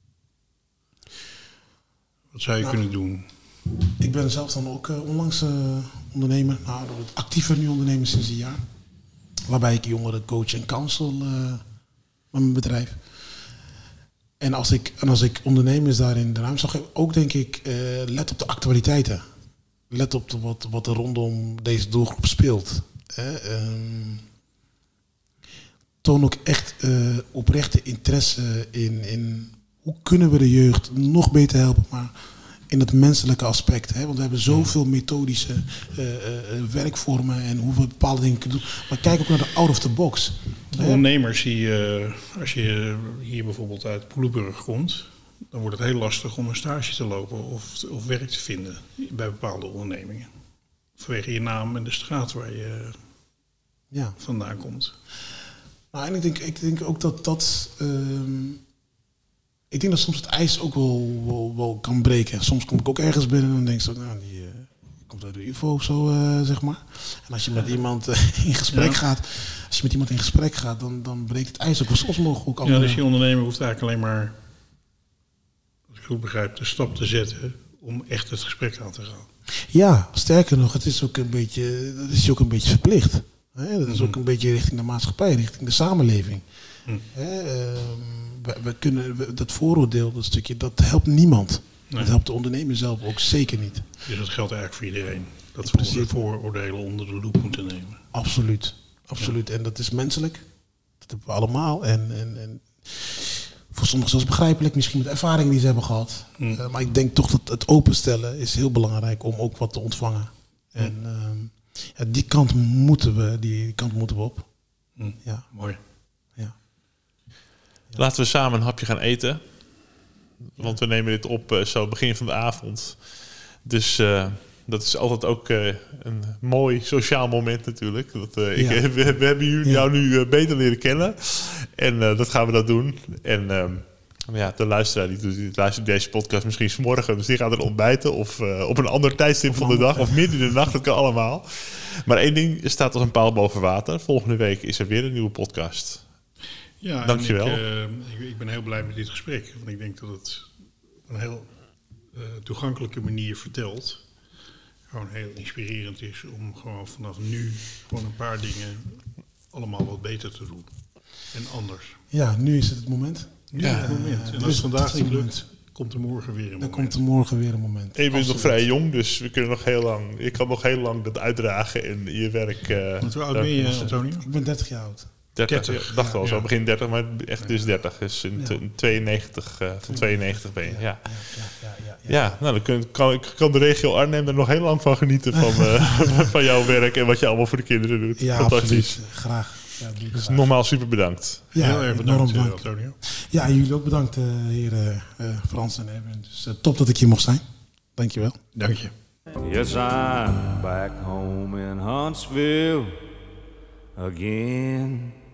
Wat zou je nou, kunnen doen? Ik ben zelf dan ook uh, onlangs uh, ondernemer. Nou, actiever nu ondernemer sinds een jaar. Waarbij ik jongeren coach en counsel uh, met mijn bedrijf. En als ik, en als ik ondernemers daarin de ruimte zag, ook denk ik, uh, let op de actualiteiten. Let op de, wat, wat er rondom deze doelgroep speelt. Uh, um, toon ook echt uh, oprechte interesse in... in hoe kunnen we de jeugd nog beter helpen, maar in het menselijke aspect. Hè? Want we hebben zoveel methodische uh, uh, werkvormen en hoe we bepaalde dingen kunnen doen. Maar kijk ook naar de out of the box. De ondernemers die, uh, als je hier bijvoorbeeld uit Poelenburg komt, dan wordt het heel lastig om een stage te lopen of, of werk te vinden bij bepaalde ondernemingen. Vanwege je naam en de straat waar je ja. vandaan komt. Nou, en ik denk, ik denk ook dat dat... Um, Ik denk dat soms het ijs ook wel, wel, wel kan breken. Soms kom ik ook ergens binnen en dan denk ik, nou, die uh, komt uit de U F O of zo, uh, zeg maar. En als je met iemand uh, in gesprek ja. gaat, als je met iemand in gesprek gaat, dan, dan breekt het ijs ook. Soms mogen ook andere... Ja, dus je ondernemer hoeft eigenlijk alleen maar, als ik goed begrijp, de stap te zetten om echt het gesprek aan te gaan. Ja, sterker nog, het is ook een beetje, dat is ook een beetje verplicht. Hè? Dat is ook een beetje richting de maatschappij, richting de samenleving. Hm. Hè? Uh, We, we kunnen, we, dat vooroordeel, dat stukje, dat helpt niemand. Nee. Dat helpt de ondernemer zelf ook zeker niet. Dus dat geldt eigenlijk voor iedereen. Dat we de vooroordelen onder de loep moeten nemen. Absoluut. Absoluut. Ja. En dat is menselijk. Dat hebben we allemaal. En, en, en voor sommigen zelfs begrijpelijk. Misschien met ervaringen die ze hebben gehad. Mm. Uh, maar ik denk toch dat het openstellen is heel belangrijk om ook wat te ontvangen. Mm. En uh, ja, die kant moeten we, die, die kant moeten we op. Mm. Ja. Mooi. Laten we samen een hapje gaan eten. Want we nemen dit op uh, zo begin van de avond. Dus uh, dat is altijd ook uh, een mooi sociaal moment natuurlijk. Dat, uh, ik, ja. we, we hebben jou ja. nu uh, beter leren kennen. En uh, dat gaan we dat doen. En uh, ja, de luisteraar die, die luistert deze podcast misschien 's morgen. Dus die gaat er ontbijten. Of uh, op een ander tijdstip of van de dag. Of midden in de nacht. Dat kan allemaal. Maar één ding staat als een paal boven water. Volgende week is er weer een nieuwe podcast. Ja, dankjewel. Ik, uh, ik, ik ben heel blij met dit gesprek. Want ik denk dat het op een heel uh, toegankelijke manier vertelt. Gewoon heel inspirerend is om gewoon vanaf nu gewoon een paar dingen allemaal wat beter te doen. En anders. Ja, nu is het het moment. Nu Ja. het moment. En dus als het vandaag het is niet een lukt, komt er morgen weer een Dan moment. komt er morgen weer een moment. En je bent nog Absoluut. vrij jong, dus we kunnen nog heel lang. Je kan nog heel lang dat uitdragen in je werk. Uh, Want hoe oud ben je, Antonio? Ik ben dertig jaar oud. dertig, dertig. ja, dacht wel Ja. zo, begin dertig, maar echt dus dertig. Dus in Ja. t- tweeënnegentig, uh, van tweeënnegentig ben je, ja. Ja, ja, ja, ja, ja. Ja, nou, dan kun, kan, kan de regio Arnhem er nog heel lang van genieten van, uh, van jouw werk en wat je allemaal voor de kinderen doet. Ja, Fantastisch. absoluut. Graag. Ja, doe ik Dus graag. nogmaals super bedankt. Ja, Heel erg enorm bedankt, eh, bedankt. Antonio. Ja, en jullie ook bedankt, uh, heren uh, Frans en Erwin. Dus uh, top dat ik hier mocht zijn. Dankjewel. Dank je. Yes, I'm back home in Huntsville again.